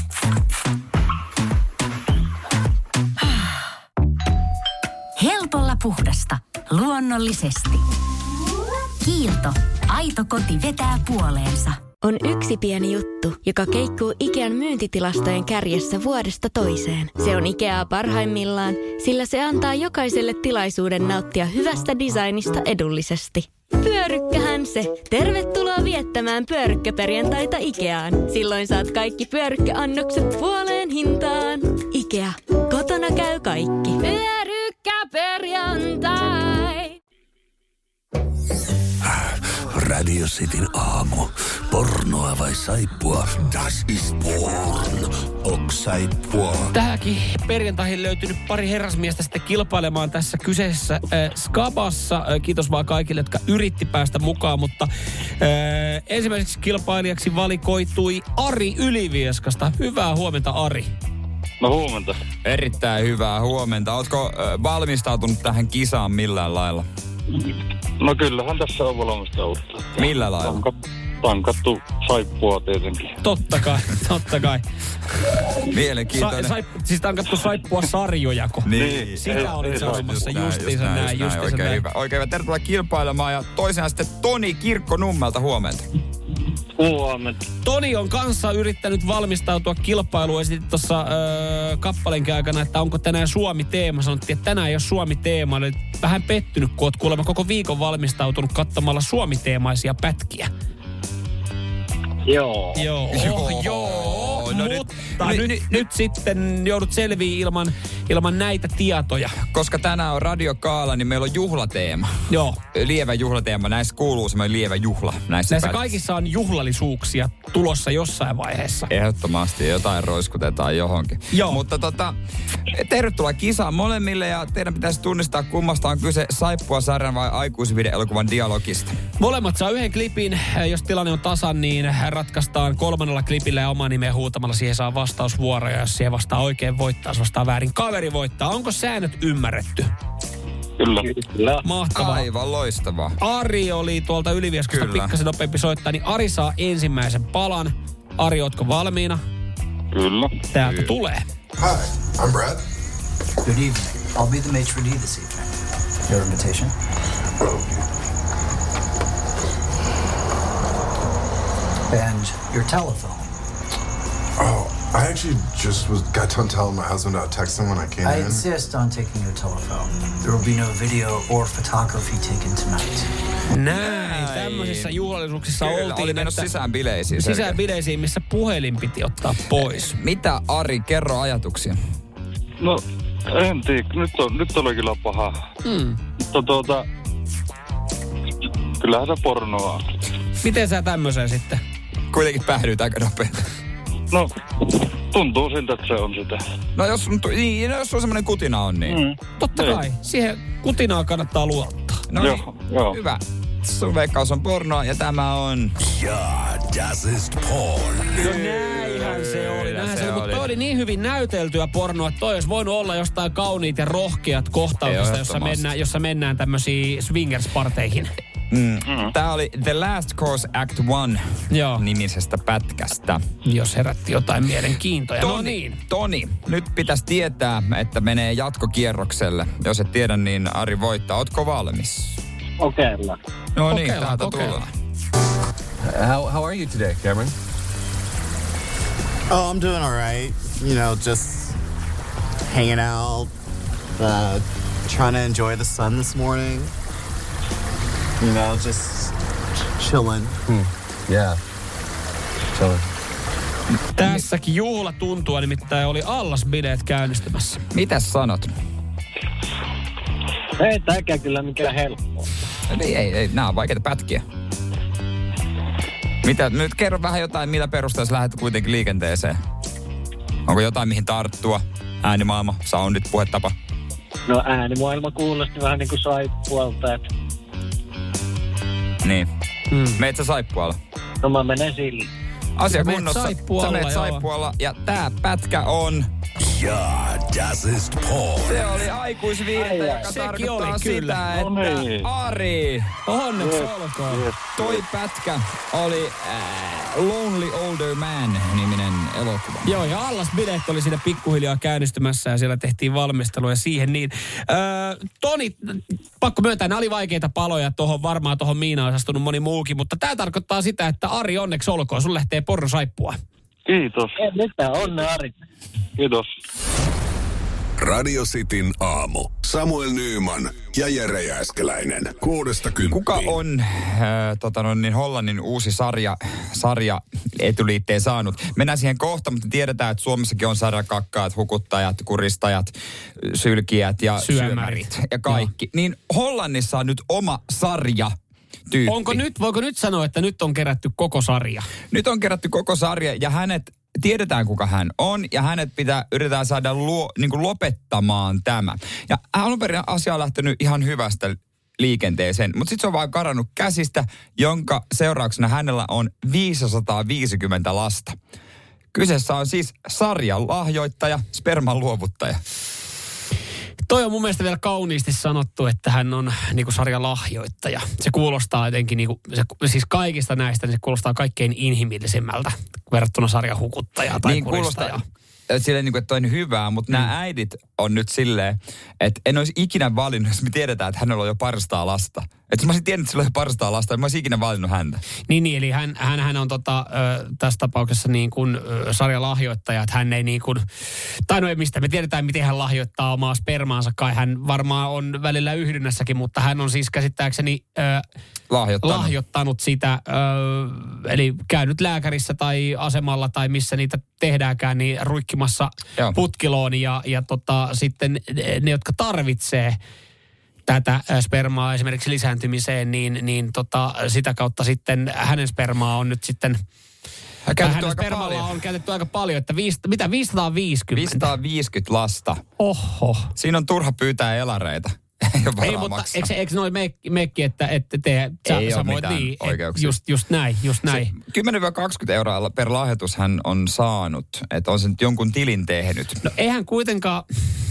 Helpolla puhdasta. Luonnollisesti. Kiilto. Aito koti vetää puoleensa. On yksi pieni juttu, joka keikkuu Ikean myyntitilastojen kärjessä vuodesta toiseen. Se on Ikeaa parhaimmillaan, sillä se antaa jokaiselle tilaisuuden nauttia hyvästä designista edullisesti. Pyörykkähän se. Tervetuloa viettämään pyörykkäperjantaita Ikeaan. Silloin saat kaikki pyörykkäannokset puoleen hintaan. Ikea. Kotona käy kaikki. Pyörykkäperjantai. Radio Cityn aamu. Pornoa vai saippua? Das ist porn. Ok saippua. Tähänkin perjantaihin löytynyt pari herrasmiestä sitten kilpailemaan tässä kyseisessä äh, Skabassa. Äh, kiitos vaan kaikille, jotka yritti päästä mukaan, mutta äh, ensimmäiseksi kilpailijaksi valikoitui Ari Ylivieskasta. Hyvää huomenta, Ari. No huomenta. Erittäin hyvää huomenta. Ootko äh, valmistautunut tähän kisaan millään lailla? No kyllähän tässä on valmistautunut. Millä lailla? Tankat, tankattu saippua tietenkin. Totta kai, totta kai. Mielenkiintoinen. Sa, saip, siis tankattu saippua sarjojako. Niin. Sitä olit sanomassa justiinsa näin. näin, näin. Oikein näin. hyvä. Oikein hyvä. Tervetuloa kilpailemaan ja toisena sitten Toni Kirkkonummelta huomenta. Huomenta. Toni on kanssa yrittänyt valmistautua kilpailuun. Esitit tuossa öö, kappalenkin aikana, että onko tänään Suomi-teema. Sanottiin, että tänään ei ole Suomi-teema. Olet vähän pettynyt, kun olet kuulemma koko viikon valmistautunut katsomalla Suomi-teemaisia pätkiä. Joo. Joo. Oh, joo. No mutta nyt, nyt, nyt, nyt sitten joudut selviin ilman, ilman näitä tietoja. Koska tänään on Radio Kaala, niin meillä on juhlateema. Joo. Lievä juhlateema. Näissä kuuluu semmoinen lievä juhla. Näissä, Näissä päivissä. kaikissa on juhlallisuuksia tulossa jossain vaiheessa. Ehdottomasti jotain roiskutetaan johonkin. Joo. Mutta tota, tervetuloa kisaan molemmille ja teidän pitäisi tunnistaa, kummasta on kyse Saippua-sarjan vai aikuisvide-elokuvan dialogista. Molemmat saa yhden klipin. Jos tilanne on tasan, niin ratkaistaan kolmannella klipillä ja oma nimeä huutamalla. Siihen saa vastausvuoroja. Jos siihen vastaa oikein voittaa, jos vastaa väärin, kaveri voittaa. Onko säännöt ymmärretty? Kyllä. Kyllä. Mahtavaa. Aivan loistavaa. Ari oli tuolta Ylivieskasta pikkasen nopeampi soittaa, niin Ari saa ensimmäisen palan. Ari, ootko valmiina? Kyllä. Täältä Kyllä. tulee. Hi, I'm Brad. Good evening. I'll be the maitre d' this evening. Your invitation? And your telephone. Oh, I actually just was got done telling my husband I'd text him when I came I in. insist on taking your telephone. There will be no video or photography taken tonight. Näin, tämmöisissä juhlallisuuksissa Kyllä, oltiin. oli mennyt sisään bileisiin. Sisään bileisiin, missä puhelin piti ottaa pois. Mitä, Ari, kerro ajatuksia? No, en tiedä. Nyt, on, nyt oli kyllä paha. Mm. Mutta tuota, kyllähän se pornoa on. Miten sä tämmöiseen sitten? Kuitenkin päädyit aika nopeasti. No, tuntuu siltä, että se on sitä. No jos, niin, jos sulla semmoinen kutina on, niin... Mm. Totta Ei. kai, siihen kutinaan kannattaa luottaa. No Joo, niin, joo. hyvä. Sun veikkaus on pornoa ja tämä on... Ja, das ist porn. No näinhän se oli, näinhän se, se oli. Mutta oli. toi oli niin hyvin näyteltyä pornoa, että toi olisi voinut olla jostain kauniit ja rohkeat kohtauksista, jossa mennään, jossa mennään tämmöisiin swingers-parteihin. Mm. Mm. Tää oli The Last Course Act One Joo. nimisestä pätkästä. Jos herätti jotain mielenkiintoja. Toni, No niin. Toni, nyt pitäisi tietää, että menee jatkokierrokselle. Jos et tiedä, niin Ari voittaa. Ootko valmis? Kokeillaan. No niin, Kokeillaan, täältä kokeillaan. tullaan. How, how are you today, Cameron? Oh, I'm doing all right. You know, just hanging out, uh, trying to enjoy the sun this morning. You know, just chilling. Hmm. Yeah. Chilling. Tässäkin juhla tuntua, nimittäin oli allasbileet käynnistymässä. Mitäs sanot? Ei tämäkään kyllä mikään helppoa. Ei, ei, ei, nämä on vaikeita pätkiä. Mitä, nyt kerro vähän jotain, millä perusteella lähdet kuitenkin liikenteeseen. Onko jotain, mihin tarttua? Äänimaailma, soundit, puhetapa? No äänimaailma kuulosti vähän niin kuin saippualta, että... Niin. Mm. Meet sä saippualla? No mä menen sillä. Asia Sä meet kunnossa. saippualla, Sä meet joo. saippualla ja tää pätkä on... Ja, das ist Porn. Se oli aikuisviihdettä, joka Sekin tarkoittaa oli, sitä, kyllä. että No niin. Ari, Onneksi Yes, olkoon. yes. toi pätkä oli äh, Lonely Older Man-niminen elokuva. Joo, ja Allas-bileet oli siinä pikkuhiljaa käynnistymässä ja siellä tehtiin valmisteluja siihen. Niin, öö, Toni, pakko myöntää, nämä oli vaikeita paloja. Tuohon varmaan tuohon Miina olisi astunut moni muukin, mutta tämä tarkoittaa sitä, että Ari, onneksi olkoon. Sun lähtee pornosaippua. Kiitos. Ei mitään, onnea Ari. Kiitos. Radio Cityn aamu. Samuel Nyyman ja Jere Jääskeläinen. Kuudesta kymppiin. Kuka on äh, tota no, niin Hollannin uusi sarja, sarja etuliitteen saanut? Mennään siihen kohta, mutta tiedetään, että Suomessakin on sarjakakkaat, hukuttajat, kuristajat, sylkijät ja Syömärit. syömärit ja kaikki. Joo. Niin Hollannissa on nyt oma sarja. Tyyppi. Onko nyt, voiko nyt sanoa, että nyt on kerätty koko sarja? Nyt on kerätty koko sarja ja hänet, tiedetään kuka hän on ja hänet pitää, yritetään saada luo, niin kuin lopettamaan tämä. Ja alun perin asia on lähtenyt ihan hyvästä liikenteeseen, mutta sitten se on vaan karannut käsistä, jonka seurauksena hänellä on viisisataaviisikymmentä lasta. Kyseessä on siis sarjan lahjoittaja, sperman luovuttaja. Toi on mun mielestä vielä kauniisti sanottu, että hän on niin kuin sarjan lahjoittaja. Se kuulostaa jotenkin, niin kuin, se, siis kaikista näistä, niin se kuulostaa kaikkein inhimillisimmältä verrattuna sarjan hukuttajaa tai niin kuristajaa. Silleen niin kuin, että on hyvää, mutta mm. nämä äidit on nyt silleen, että en olisi ikinä valinnut, jos me tiedetään, että hänellä on jo paristaa lasta. Että jos mä olisin tiennyt, että sillä on jo paristaa lasta, niin mä olisin ikinä valinnut häntä. Niin, niin eli hän, hän, hän on tota, ö, tässä tapauksessa niin kuin ö, sarjan lahjoittaja, että hän ei niin kuin, tai no ei mistä, me tiedetään, miten hän lahjoittaa omaa spermaansa, kai hän varmaan on välillä yhdynnässäkin, mutta hän on siis käsittääkseni ö, lahjoittanut. lahjoittanut sitä, ö, eli käynyt lääkärissä tai asemalla tai missä niitä tehdäänkään, niin ruikkimassa Joo. putkiloon ja, ja tota, sitten ne, jotka tarvitsee tätä spermaa esimerkiksi lisääntymiseen, niin, niin tota, sitä kautta sitten hänen spermaa on nyt sitten, hänen spermalla on käytetty aika paljon, että viisi, mitä viisisataaviisikymmentä? viisisataaviisikymmentä lasta. Oho. Siinä on turha pyytää elareita. Ei, ei mutta eikö, eikö noin mekki, että, että te, sä, ei sä voit niin, just, just näin, just näin. kymmenen kaksikymmentä euroa per lahjoitus hän on saanut, että on se nyt jonkun tilin tehnyt. No eihän kuitenkaan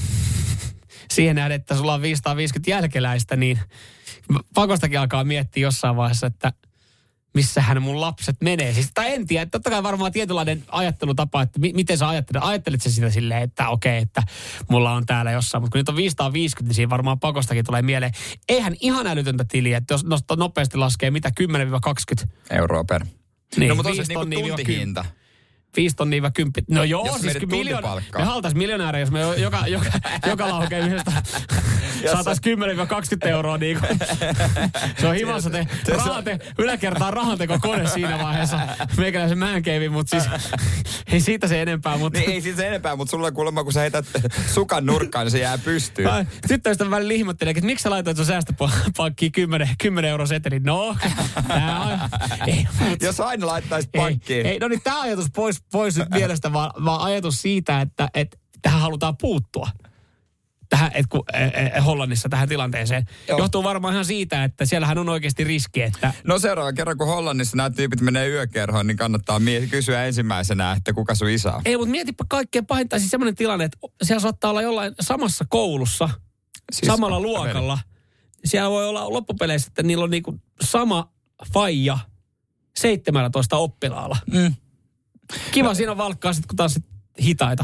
siihen nähdä, että sulla on viisisataaviisikymmentä jälkeläistä, niin pakostakin alkaa miettiä jossain vaiheessa, että missähän mun lapset menee. Siis, tai en tiedä, totta kai varmaan tietynlainen ajattelutapa, että mi- miten sä ajattelet. Ajattelet sä sitä silleen, että okei, okay, että mulla on täällä jossain, mutta kun nyt on viisisataaviisikymmentä, niin siinä varmaan pakostakin tulee mieleen. Eihän ihan älytöntä tiliä, että jos nopeasti laskee, mitä kymmenen kaksikymmentä euroa per. Niin, no, mutta on se niinku tuntihinta. Viisi tonnia kymppi. No joo, jos siis miljoona. Me haltais miljonääriä, jos me joka, joka, joka laukeamisesta saataisiin kymmenen kaksikymmentä euroa. Niin kuin. Se on himassa te, rahante, yläkertaan rahanteko kone siinä vaiheessa. Meikäläisen määnkeivin, mutta siis ei siitä se enempää. Mutta... Niin ei siitä se enempää, mutta sulla on kuulemma, kun sä heität sukan nurkkaan, niin se jää pystyyn. Sitten sitä välillä ihmettelee, että miksi sä laitoit sun säästöpankkiin kymmenen euro setelin? No, tää on... Ei, mutta... Jos aina laittaisit pankkiin. Ei, ei, no niin tää ajatus pois. Pois nyt mielestä, vaan, vaan ajatus siitä, että, että tähän halutaan puuttua. Tähän, että kun, eh, Hollannissa tähän tilanteeseen. Joo. Johtuu varmaan ihan siitä, että siellähän on oikeasti riski, että... No seuraava kerran, kun Hollannissa nämä tyypit menee yökerhoon, niin kannattaa mie- kysyä ensimmäisenä, että kuka sun isä on. Ei, mutta mietipä kaikkein pahinta. Siis semmoinen tilanne, että siellä saattaa olla jollain samassa koulussa, siis samalla luokalla. Siellä voi olla loppupeleissä, että niillä on niinku sama faija seitsemäntoista oppilaalla. Mm. Kiva no. Siinä on valkkaa sit, kun taas sit hitaita.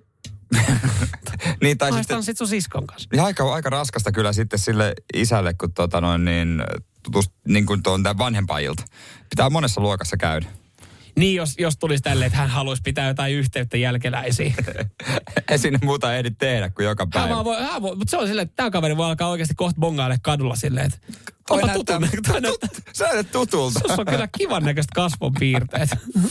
niin, tai sitten sit sun siskon kanssa. Niin aika, aika raskasta kyllä sitten sille isälle, kun tota noin niin, tutust, niin kuin tuon tämän vanhempailta. Pitää monessa luokassa käydä. Niin, jos, jos tulisi tälleen, että hän haluaisi pitää jotain yhteyttä jälkeläisiin. Ei sinne muuta ehdi tehdä kuin joka päivä. Hän voi, hän voi, mutta se on silleen, että tämä kaveri voi alkaa oikeasti kohta bongaille kadulla silleen, että toi näyttää, tut, tut, sä näytät tutulta. Sus on kyllä kivan näköistä kasvonpiirteet.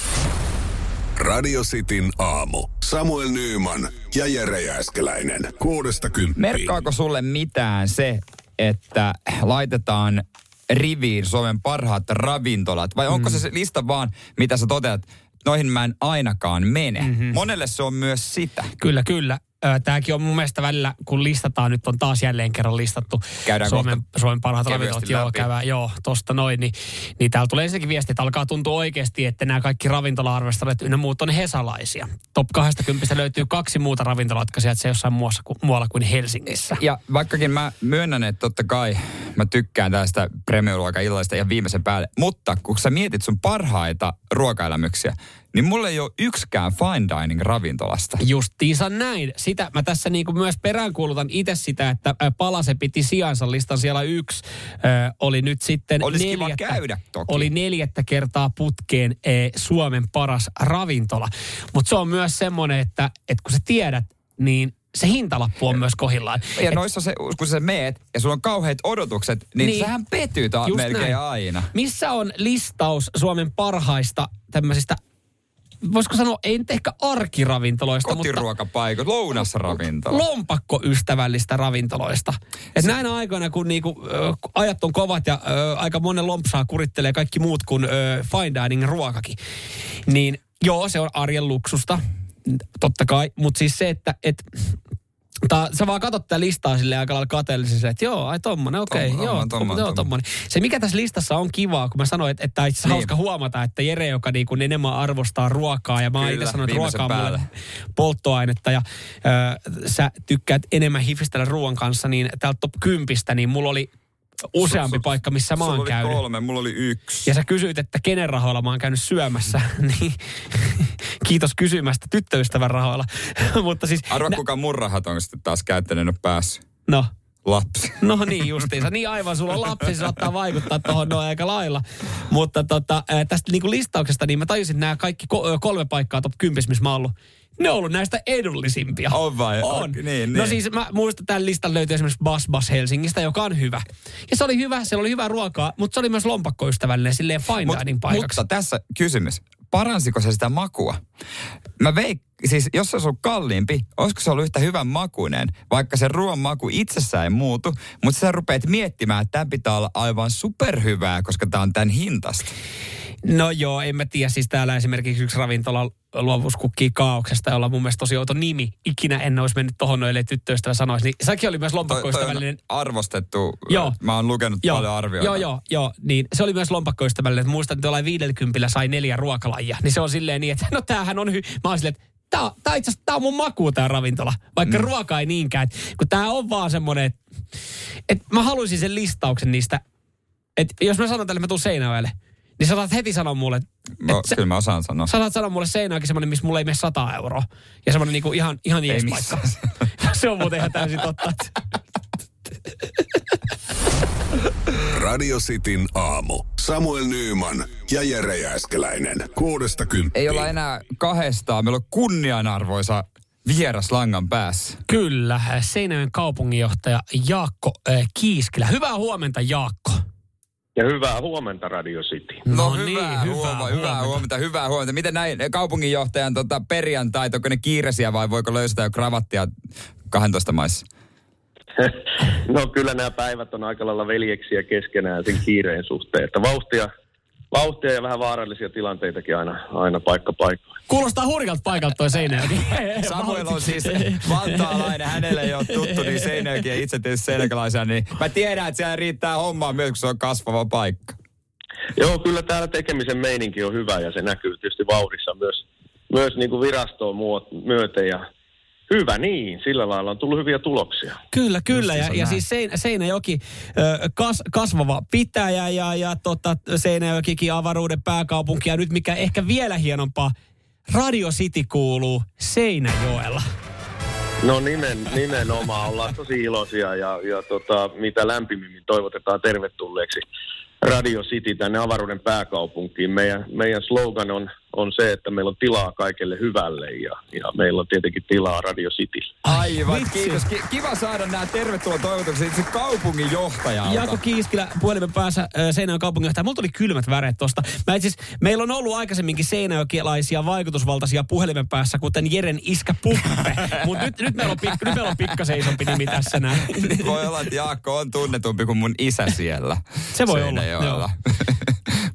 Radio Cityn aamu. Samuel Nyyman ja Jere Jääskeläinen. Kuudesta kymppiin. Merkkaako sulle mitään se, että laitetaan riviin Suomen parhaat ravintolat? Vai onko mm. se se lista vaan, mitä sä toteat, noihin mä en ainakaan mene? Mm-hmm. Monelle se on myös sitä. Kyllä, kyllä. tämäkin on mun mielestä välillä, kun listataan, nyt on taas jälleen kerran listattu Käydään Suomen, Suomen parhaat ravintolat. Joo, käydään, joo, tosta noin. Niin, niin täällä tulee ensinnäkin viesti, että alkaa tuntua oikeasti, että nämä kaikki ravintola-arvostelut ynnä muut on hesalaisia. Top kaksikymmentä löytyy kaksi muuta ravintolaa, jotka sieltä jossain muussa, muualla kuin Helsingissä. Ja vaikkakin mä myönnän, että totta kai mä tykkään tästä premium-ruokaillasta ihan viimeisen päälle, mutta kun sä mietit sun parhaita ruokaelämyksiä, niin mulla ei ole yksikään fine dining ravintolasta. Justiinsa näin. Sitä mä tässä niinku myös peräänkuulutan itse sitä, että Palase piti sijansa listan siellä yksi. Ö, oli nyt sitten Olisi neljättä, kiva käydä toki. Oli neljättä kertaa putkeen e, Suomen paras ravintola. Mutta se on myös semmoinen, että et kun sä tiedät, niin se hintalappu on myös kohillaan. Ja et, noissa se, kun sä meet ja sulla on kauheat odotukset, niin, niin sähän petyt melkein näin. Aina. Missä on listaus Suomen parhaista tämmöisistä, voisiko sanoa, ei nyt ehkä arkiravintoloista, kotiruokapaikot, lounasravintola. Lompakkoystävällistä ravintoloista. Et näinä aikoina, kun niinku, ö, ajat on kovat ja ö, aika monen lompsaa kurittelee kaikki muut kuin ö, fine dining ruokakin, niin joo, se on arjen luksusta, totta kai. Mutta siis se, että et, ta, sä vaan katsot tätä listaa silleen aika lailla kateellisesti, että joo, ai tommonen, okei, okay, joo, tommonen, joo, tommonen. Se mikä tässä listassa on kivaa, kun mä sanoin, että, että itse niin. hauska huomata, että Jere, joka niinku enemmän arvostaa ruokaa, ja mä oon itse sanonut, että ruokaa on mulle polttoainetta, ja ö, sä tykkäät enemmän hifistellä ruoan kanssa, niin täältä top kympistä, niin mulla oli useampi su, paikka, missä mä oon käynyt. Sulla oli kolme, mulla oli yksi. Ja sä kysyit, että kenen rahoilla mä oon käynyt syömässä, niin kiitos kysymästä tyttöystävän rahoilla. Mutta siis... Arva, nä- kuka mun rahat on sitten taas käyttänyt, en ole päässyt. No. Lapsi. No niin justiinsa. Niin aivan, sulla on lapsi, se saattaa vaikuttaa tuohon noin aika lailla. Mutta tota, tästä niinku listauksesta, niin mä tajusin, että nämä kaikki kolme paikkaa top kymmenen, missä mä oon ollut, ne on ollut näistä edullisimpia. On vai? On. Okay, niin, no niin. siis mä muistan, tämän listan löytyy esimerkiksi Bas Bas Helsingistä, joka on hyvä. Ja se oli hyvä, siellä oli hyvää ruokaa, mutta se oli myös lompakkoystävällinen, silleen fine dining paikaksi. Mutta tässä kysymys, paransiko se sitä makua? Mä veik, siis jos se olisi ollut kalliimpi, olisiko se ollut yhtä hyvän makuinen, vaikka se ruoan maku itsessään ei muutu, mutta sä rupeat miettimään, että tämä pitää olla aivan superhyvää, koska tämä on tämän hintasta. No joo, en mä tiedä. Siis täällä esimerkiksi yksi ravintola luovuuskukkii Kaauksesta, jolla on mun mielestä tosi outo nimi. Ikinä en olisi mennyt tohon noille, ellei tyttöystävä sanoisi. Niin sekin oli myös lompakkoystävällinen. Toi, toi arvostettu. Joo. Mä oon lukenut joo. paljon arvioita. Joo, joo, joo. Niin se oli myös lompakkoystävällinen. Muistan, että jollain viidelläkympillä sai neljä ruokalajia. Niin se on silleen niin, että no tämähän on hyvä. Mä oon silleen, että tää, tää itse asiassa tää on mun makuu tää ravintola. Vaikka mm. ruoka ei niinkään. Kun tää on vaan semmonen, että et mä haluaisin sen listauksen niistä. Että jos mä sanon tälle, mä tuun Seinäjoelle. Niin sä saat heti sanoa mulle... No, sä, kyllä mä osaan sanoa. Sä saat sanoa mulle Seinäjoki semmoinen, missä mulle ei mene sata euroa. Ja semmoinen niinku ihan, ihan jees paikka. Se on muuten ihan täysin totta. Radio Cityn aamu. Samuel Nyyman ja Jere Jääskeläinen. Kuudesta kymppiin. Ei olla enää kahdestaan. Meillä on kunnianarvoisa vieras langan päässä. Kyllä. Seinäjoen kaupunginjohtaja Jaakko äh, Kiiskilä. Hyvää huomenta, Jaakko. Ja hyvää huomenta, Radio City. No, no hyvää, niin, hyvää, huomenta, hyvää huomenta, hyvää huomenta. Miten näin kaupunginjohtajan tota, perjantait, onko ne kiireisiä vai voiko löysätä jo kravattia kahdentoista maissa? No kyllä nämä päivät on aika lailla veljeksiä keskenään sen kiireen suhteen. Että vauhtia, vauhtia ja vähän vaarallisia tilanteitakin aina, aina paikka paikkaan. Kuulostaa hurjalta paikalta toi Seinäjoki. Samuel on siis vantaalainen, hänelle ei ole tuttu, niin Seinäjoki ja itse tietysti seinäjokilaisia, niin mä tiedän, että siellä riittää hommaa myös, kun se on kasvava paikka. Joo, kyllä täällä tekemisen meininki on hyvä ja se näkyy tietysti vauhdissa myös, myös niin kuin virastoon myöten ja hyvä niin, sillä lailla on tullut hyviä tuloksia. Kyllä, kyllä. Ja, ja siis Sein, Seinäjoki kas, kasvava pitäjä ja, ja tota, Seinäjokikin avaruuden pääkaupunki. Ja nyt mikä ehkä vielä hienompaa, Radio City kuuluu Seinäjoella. No nimen, nimenomaan, ollaan tosi iloisia ja, ja tota, mitä lämpimimmin toivotetaan tervetulleeksi Radio City tänne avaruuden pääkaupunkiin. Meidän, meidän slogan on, on se, että meillä on tilaa kaikelle hyvälle ja, ja meillä on tietenkin tilaa Radio Citylle. Aivan, kiitos. Kiva saada nämä tervetuloa toivotukset itse kaupunginjohtajalta. Jaakko Kiiskilä, puhelimen päässä Seinäjoen kaupunginjohtaja. Mulla tuli kylmät väreet tosta. Mä siis, meillä on ollut aikaisemminkin seinäjokilaisia vaikutusvaltaisia puhelimen päässä, kuten Jeren iskä Puppe. Mutta nyt, nyt, meillä on pik, nyt meillä on pikkasen isompi nimi tässä näin. Voi olla, että Jaakko on tunnetumpi kuin mun isä siellä. Se voi olla.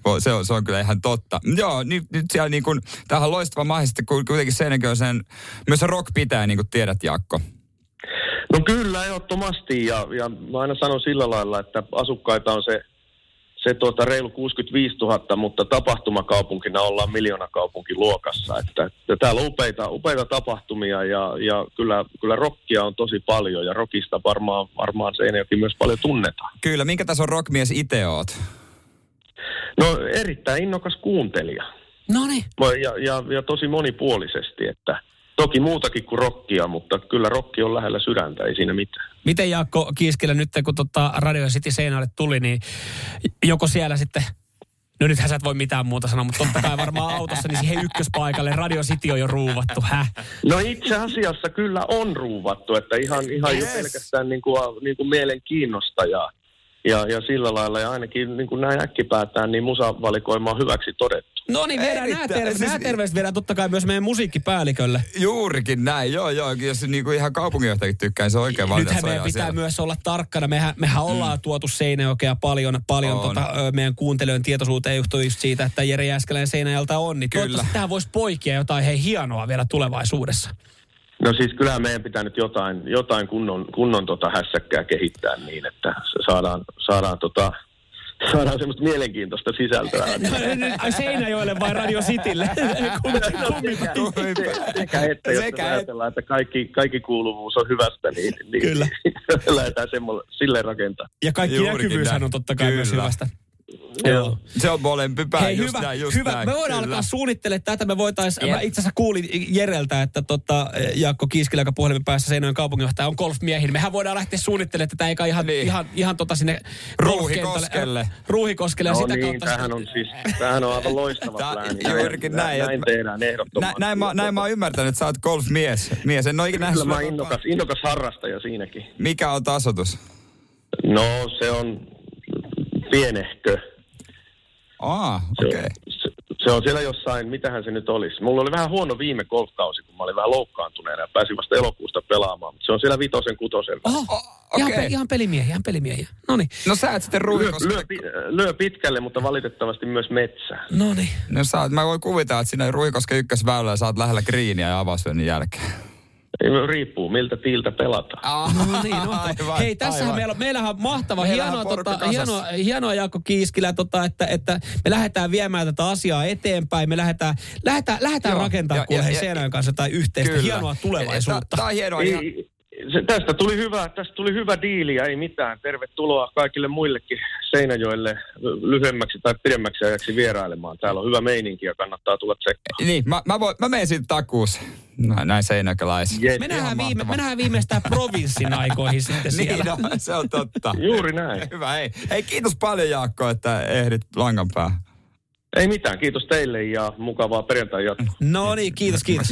Se on, se on kyllä ihan totta. Joo, nyt, nyt siellä niin kuin, tämähän on loistava mahdollisesti, kun kuitenkin Seinäjoki on sen, myös rock pitää, niin kuin tiedät, Jaakko. No kyllä, ehdottomasti. Ja, ja mä aina sanon sillä lailla, että asukkaita on se, se tuota, reilu kuusikymmentäviisituhatta, mutta tapahtumakaupunkina ollaan miljoonakaupunkin luokassa. Että, että täällä on upeita, upeita tapahtumia ja, ja kyllä, kyllä rockia on tosi paljon ja rockista varmaan, varmaan Seinäjoki myös paljon tunnetaan. Kyllä, minkä tason rockmies itse oot? No erittäin innokas kuuntelija. Noniin. Ja, ja, ja tosi monipuolisesti, että toki muutakin kuin rockia, mutta kyllä rocki on lähellä sydäntä, ei siinä mitään. Miten Jaakko Kiiskilä nyt, kun tota Radio City Seinäjoelle tuli, niin joko siellä sitten, no nythän sä et voi mitään muuta sanoa, mutta totta kai varmaan autossa, niin siihen ykköspaikalle Radio City on jo ruuvattu, häh? No itse asiassa kyllä on ruuvattu, että ihan, ihan yes. jo pelkästään niin kuin, niin kuin mielenkiinnosta ja, ja, ja sillä lailla, ja ainakin niin kuin näin äkkipäätään, niin musavalikoima on hyväksi todettu. No niin, vedään nämä terveiset. Nämä terveiset vedään totta kai myös meidän musiikkipäällikölle. Juurikin näin, joo joo. Jos niinku ihan kaupunginjohtajakin tykkää, niin se on oikein valita. Nythän meidän pitää siellä myös olla tarkkana. Mehän, mehän ollaan mm. tuotu Seinäjokea paljon, paljon tota, meidän kuuntelijoiden tietoisuuteen juhtui just siitä, että Jere Jääskeläinen Seinäjoelta on. Niin toivottavasti tähän voisi poikia jotain hei hienoa vielä tulevaisuudessa. No siis kyllähän meidän pitää nyt jotain, jotain kunnon, kunnon tota hässäkkää kehittää niin, että saadaan, saadaan tota... Saadaan semmoista mielenkiintoista sisältöä. Ai Seinäjoelle vai Radio Citylle? Sekä että, jos Sekä ajatellaan, että kaikki, kaikki kuuluvuus on hyvästä, niin, niin Kyllä. lähdetään silleen rakentaa. Ja kaikki näkyvyyshän on totta kai Kyllä. myös hyvästä. Joo. Se on molempi päin, Hei, just hyvä, näin, just hyvä. näin. Me voidaan Kyllä. alkaa suunnittelemaan tätä. Me voitaisiin, mä itse asiassa kuulin Jereltä, että tota, Jaakko Kiiskilä, joka puhelimen päässä Seinäjoen kaupunginjohtaja on golfmiehi. Mehän voidaan lähteä suunnittelemaan tätä eikä ihan, niin. ihan, ihan tota sinne Ruuhikoskelle. Äh, Ruuhikoskelle. No ja sitä niin, kautta tämähän on siis, tämähän on aivan loistava plääni. Juurikin näin. Näin tehdään ehdottomasti. Näin, näin, näin mä oon ymmärtänyt, että sä oot golfmies. Mies. En ole ikinä nähnyt. Kyllä mä oon innokas, innokas harrastaja siinäkin. Mikä on tasoitus? No se on pienehkö. Aa, okei. Okay. Se, se on siellä jossain, mitähän se nyt olisi. Mulla oli vähän huono viime golfkausi, kun mä olin vähän loukkaantuneena ja pääsin vasta elokuusta pelaamaan. Se on siellä vitosen, kutosen. Oho, oh, okay. ihan, ihan pelimiehiä, ihan pelimiehiä. Noniin. No sä et sitten Ruuhikoskelle. Lyö, lyö, lyö pitkälle, mutta valitettavasti myös metsään. Noniin. No sä oot, mä voin kuvitella, että siinä Ruuhikosken ykkösväylällä sä oot lähellä greeniä ja avauslyönnin jälkeen. Riippuu, miltä tiiltä pelataan. Ah, no niin, no. Aivan, Hei, tässähän meillä on, meillähän on mahtava, hienoa, tota, hienoa, hienoa Jaakko Kiiskilä, tota, että, että me lähdetään viemään tätä asiaa eteenpäin. Me lähdetään, lähdetään, lähdetään rakentamaan kuule Seinäjoen kanssa jotain yhteistä kyllä. hienoa tulevaisuutta. Tämä on hienoa. Ei, se, tästä tuli hyvä, tästä tuli hyvä diili ja ei mitään. Tervetuloa kaikille muillekin Seinäjoelle lyhyemmäksi tai pidemmäksi ajaksi vierailemaan. Täällä on hyvä meininki ja kannattaa tulla tsekkaamaan. Niin, mä, mä, voin, mä menen siitä takuus. No, näin seinäjokelais. Yes. Me nähdään, viime, me nähdään viimeistään provinssin aikoihin sitten siellä. Niin, no, se on totta. Juuri näin. Hyvä, hei. Hei, kiitos paljon Jaakko, että ehdit langan päähän. Ei mitään, kiitos teille ja mukavaa perjantai jatkoa. No niin, kiitos, kiitos.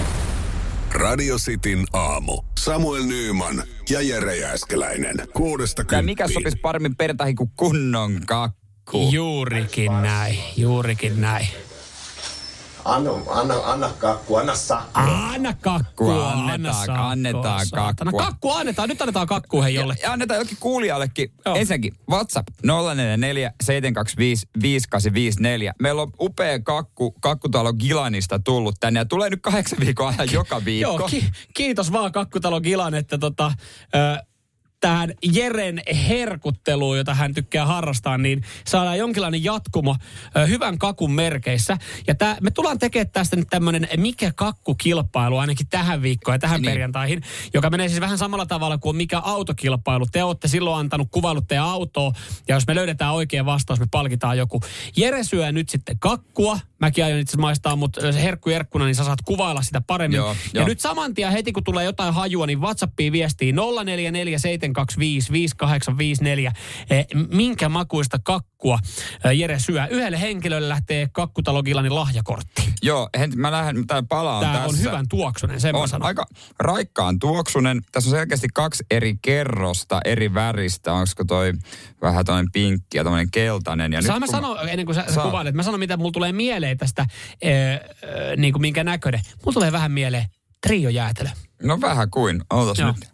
Radio Cityn aamu. Samuel Nyyman ja Jere Jääskeläinen. Kuudesta kymppiin. Mikä sopisi paremmin perjantaihin kuin kunnon kakku? Juurikin näin, juurikin näin. Anna, anna, anna kakku, anna sakku. Anna kakku, annetaan, anna sakku. Annetaan kakku. Kakku annetaan, nyt annetaan kakku hei jollekin. Ja annetaan jollekin kuulijallekin. Joo. Ensinnäkin WhatsApp nolla neljä neljä seitsemän kaksi viisi viisi kahdeksan viisi neljä. Meillä on upea kakku, kakkutalo Gilanista tullut tänne ja tulee nyt kahdeksan viikon ajan joka viikko. Joo, ki- kiitos vaan kakkutalo Gilan, että tota... Ö, tähän Jeren herkutteluun, jota hän tykkää harrastaa, niin saadaan jonkinlainen jatkumo ö, hyvän kakun merkeissä. Ja tää, me tullaan tekemään tästä nyt tämmöinen Mikä kakku-kilpailu ainakin tähän viikkoon ja tähän niin. perjantaihin, joka menee siis vähän samalla tavalla kuin Mikä autokilpailu. Te olette silloin antanut kuvailut teidän autoa, ja jos me löydetään oikea vastaus, me palkitaan joku. Jere syö nyt sitten kakkua. Mäkin aion itse maistaa, mutta se herkku jerkkuna, niin sä saat kuvailla sitä paremmin. Joo, ja jo. Nyt saman tien heti, kun tulee jotain hajua, niin WhatsAppiin viestiin nolla neljä neljä seitsemän kaksi viisi viisi kahdeksan viisi neljä. Eh, minkä makuista kakkua eh, Jere syö? Yhdelle henkilölle lähtee Kakkutalo Gilanin lahjakortti. Joo, mä lähden, tää pala on Tää tässä. on hyvän tuoksunen, sen on mä sanon. Aika raikkaan tuoksunen. Tässä on selkeästi kaksi eri kerrosta, eri väristä. Onko toi vähän toinen pinkki ja toinen keltainen? Ja Saan nyt, mä sanoa, ennen kuin sä, sä Saa. kuvailet, mä sanon, mitä mulla tulee mieleen tästä, eh, eh, niin kuin minkä näköinen. Mulla tulee vähän mieleen Trio-jäätelö. No vähän kuin, ootas Joo. nyt.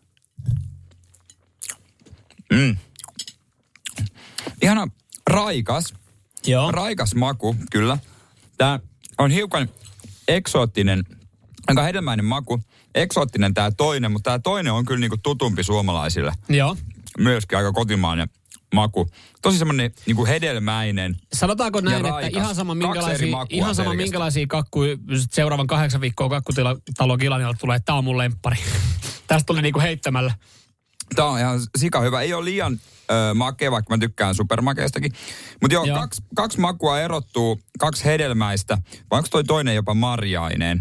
Mm. Ihana raikas. Joo. Raikas maku, kyllä. Tää on hiukan eksoottinen, aika hedelmäinen maku. Eksoottinen tää toinen, mutta tää toinen on kyllä niinku tutumpi suomalaisille. Joo. Myöskin aika kotimainen maku. Tosi semmoinen niinku hedelmäinen. Sanotaanko näin, että raikas. ihan sama minkälaisia, ihan sama selkeästi. minkälaisia kakkuja seuraavan kahdeksan viikkoa kakkutalo Gilanilla tulee, että tää on mun lemppari. Tästä tuli niinku heittämällä. Tää on ihan sika hyvä. Ei ole liian ö, makea, vaikka mä tykkään supermakeistakin. Mutta joo, joo. Kaksi, kaksi makua erottuu, kaksi hedelmäistä. Vai onko toi toinen jopa marjainen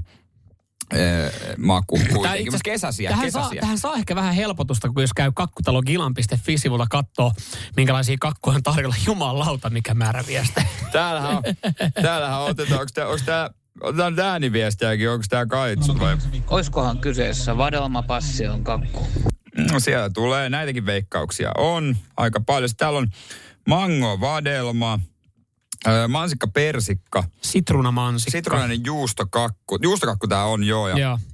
ö, maku kuitenkin? Mutta kesäsiä, tähän kesäsiä. Saa, tähän saa ehkä vähän helpotusta, kun jos käy kakkutalogilan piste fi-sivulla katsoo, minkälaisia kakkuja on tarjolla. Jumalauta, mikä määrä viestejä. Täällähän on, täällähän otetaan, onko tää, onko tää, otetaan ääniviestiäkin, onko tää kaitsut vai? Oiskohan kyseessä vadelma passion kakku? No siellä tulee, näitäkin veikkauksia on aika paljon. Sitten täällä on mango, vadelma, äh, mansikka, persikka. Sitruunamansikka. Sitruunainen juustokakku. Juustokakku tää on, joo. Ja joo.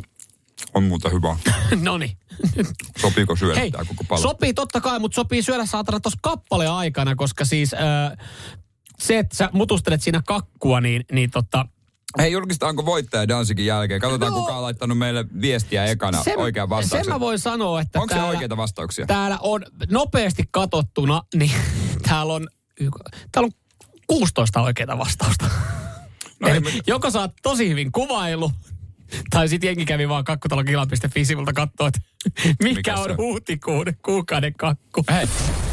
On muuta hyvä. Noniin. Sopiiko syödä Hei, tää koko pallo? Sopii totta kai, mutta sopii syödä saatana tuossa kappaleen aikana, koska siis äh, se, että sä mutustelet siinä kakkua, niin, niin tota... Hei, julkistetaanko voittaja Dansikin jälkeen? Katsotaan, no, kuka on laittanut meille viestiä ekana sen, oikean vastauksen. Sen mä voin sanoa, että onko täällä, se oikeita vastauksia? Täällä on nopeasti katsottuna, niin täällä on, täällä on kuusitoista oikeita vastausta. No ei, joko sä oot tosi hyvin kuvailu, tai sit jengi kävi vaan kakkutalogilan piste fi-sivulta kattoo, että mikä, mikä on huhtikuun kuukauden kakku. Hei.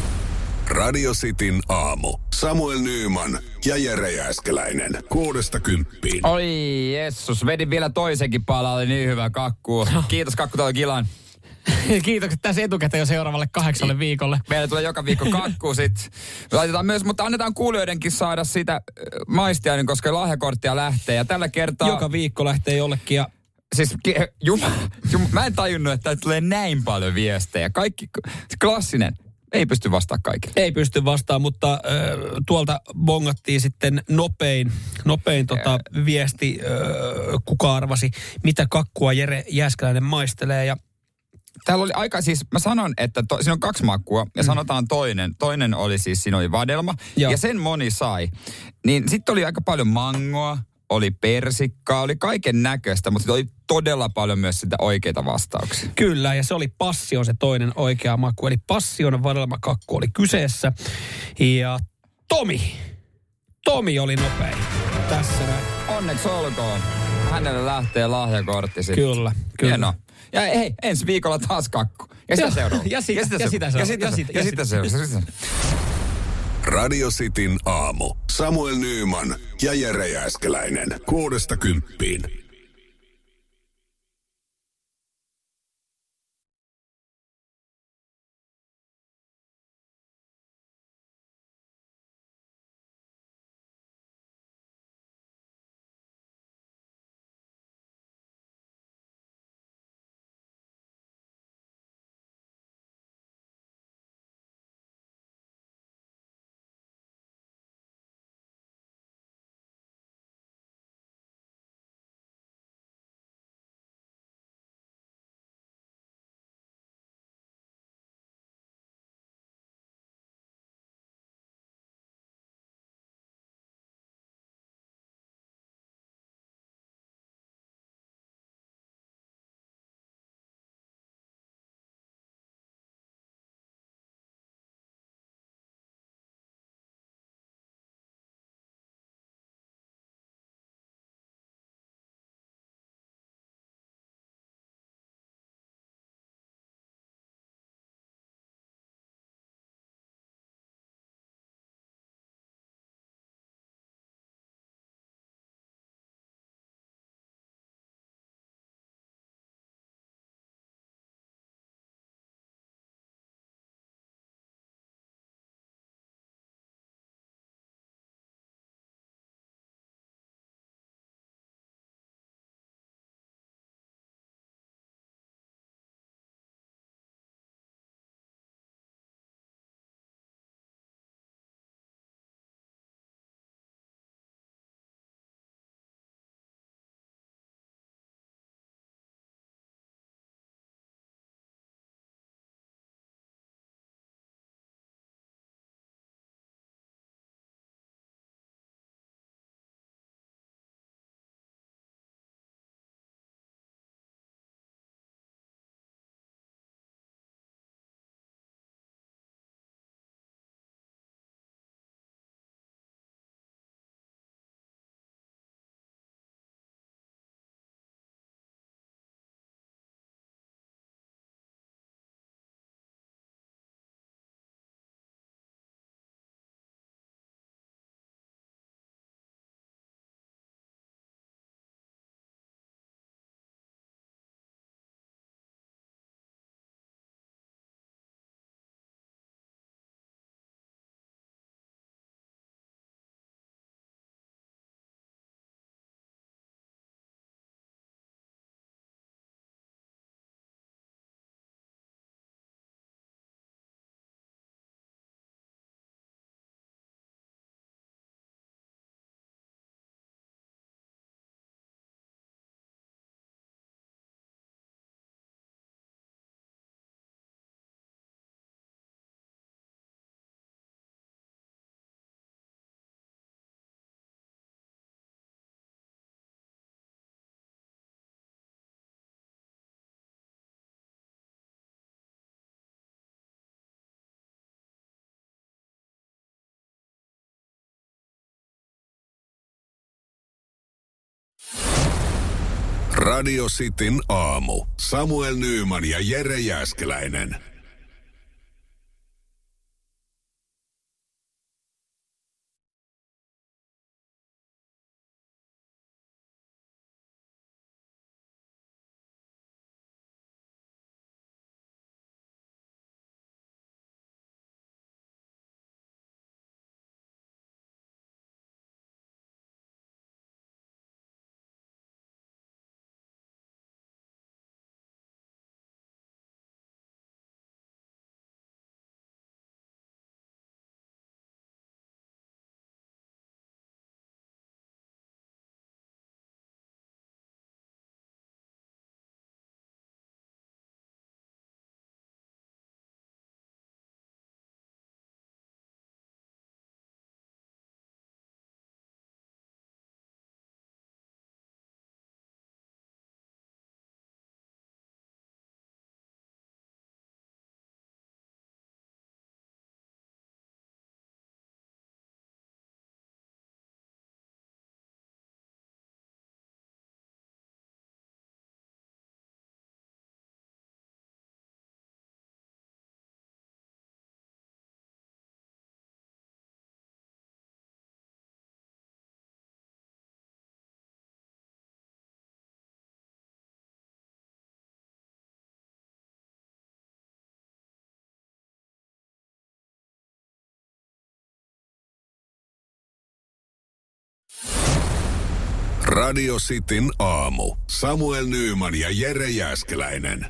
Radio Cityn aamu. Samuel Nyyman ja Jere Jääskeläinen. Kuudesta kymppiin. Oi jessus, vedin vielä toisenkin pala, oli niin hyvä kakku. Kiitos kakkutalo Gilan. Kiitokset tässä etukäteen jo seuraavalle kahdeksalle viikolle. Meillä tulee joka viikko kakku sit. Laitetaan myös, mutta annetaan kuulijoidenkin saada sitä maistia, koska lahjakorttia lähtee. Ja tällä kertaa... Joka viikko lähtee jollekin ja... Siis jum, jum, mä en tajunnut, että tulee näin paljon viestejä. Kaikki, klassinen. Ei pysty vastaamaan kaikille. Ei pysty vastaamaan, mutta äh, tuolta bongattiin sitten nopein, nopein tota, viesti, äh, kuka arvasi, mitä kakkua Jere Jääskeläinen maistelee. Ja täällä oli aika siis, mä sanon, että to, siinä on kaksi makua ja mm. sanotaan toinen. Toinen oli siis, siinä oli vadelma Joo. ja sen moni sai. Niin sitten oli aika paljon mangoa, oli persikkaa, oli kaiken näköistä, mutta oli todella paljon myös sitä oikeita vastauksia. Kyllä, ja se oli passion se toinen oikea maku. Eli passion vadelmakakku oli kyseessä. Ja Tomi, Tomi oli nopein tässä näin. Onneksi olkoon. Hänelle lähtee lahjakortti sitten. Kyllä, kyllä. Hienoa. Ja hei, ensi viikolla taas kakku. Ja sitä seuraava. Ja sitä, ja sitä, ja sitä, ja sitä, ja sitä, ja sitä seuraava. Radio Cityn aamu. Samuel Nyyman ja Jere Jääskeläinen. Kuudesta kymppiin. Radio Cityn aamu. Samuel Nyyman ja Jere Jääskeläinen. Radio Cityn aamu. Samuel Nyyman ja Jere Jääskeläinen.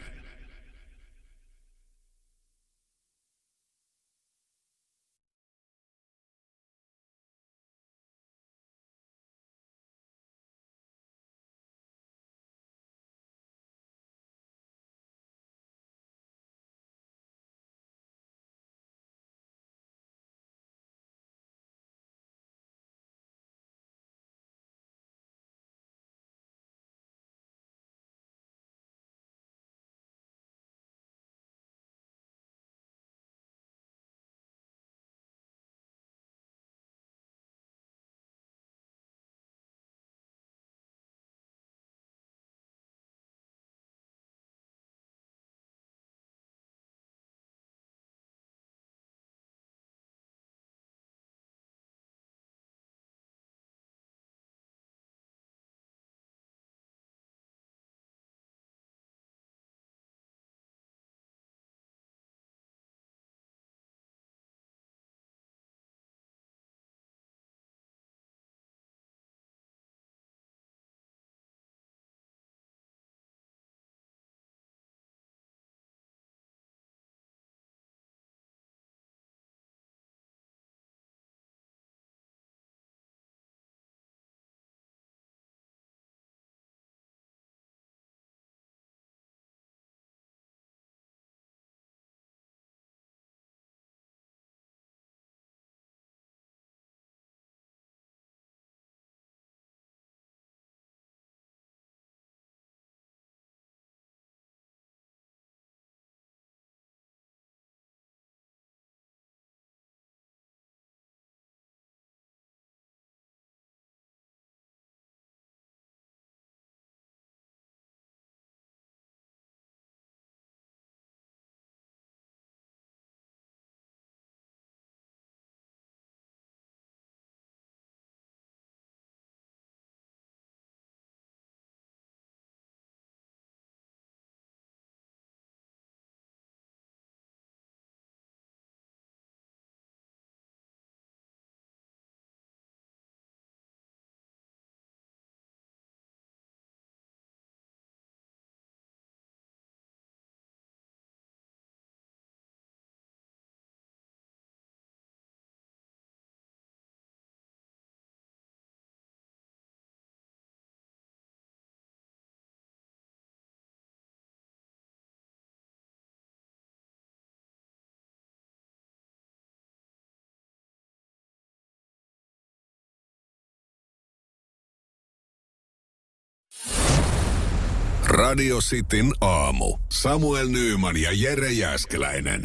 Radio Cityn aamu. Samuel Nyyman ja Jere Jääskeläinen.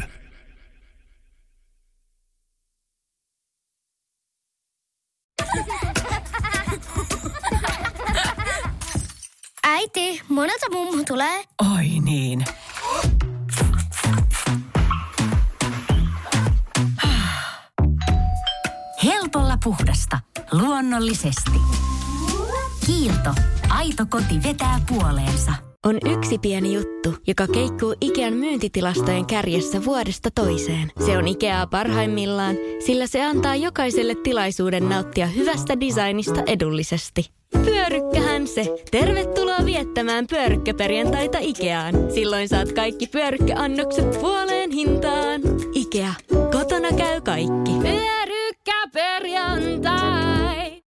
Äiti, Äiti, monelta mummu tulee. Oi niin. Helpolla puhdasta. Luonnollisesti. Kiilto. Aito koti vetää puoleensa. On yksi pieni juttu, joka keikkuu Ikean myyntitilastojen kärjessä vuodesta toiseen. Se on Ikeaa parhaimmillaan, sillä se antaa jokaiselle tilaisuuden nauttia hyvästä designista edullisesti. Pyörykkähän se! Tervetuloa viettämään pyörykkäperjantaita Ikeaan. Silloin saat kaikki pyörykkäannokset puoleen hintaan. Ikea. Kotona käy kaikki. Pyö!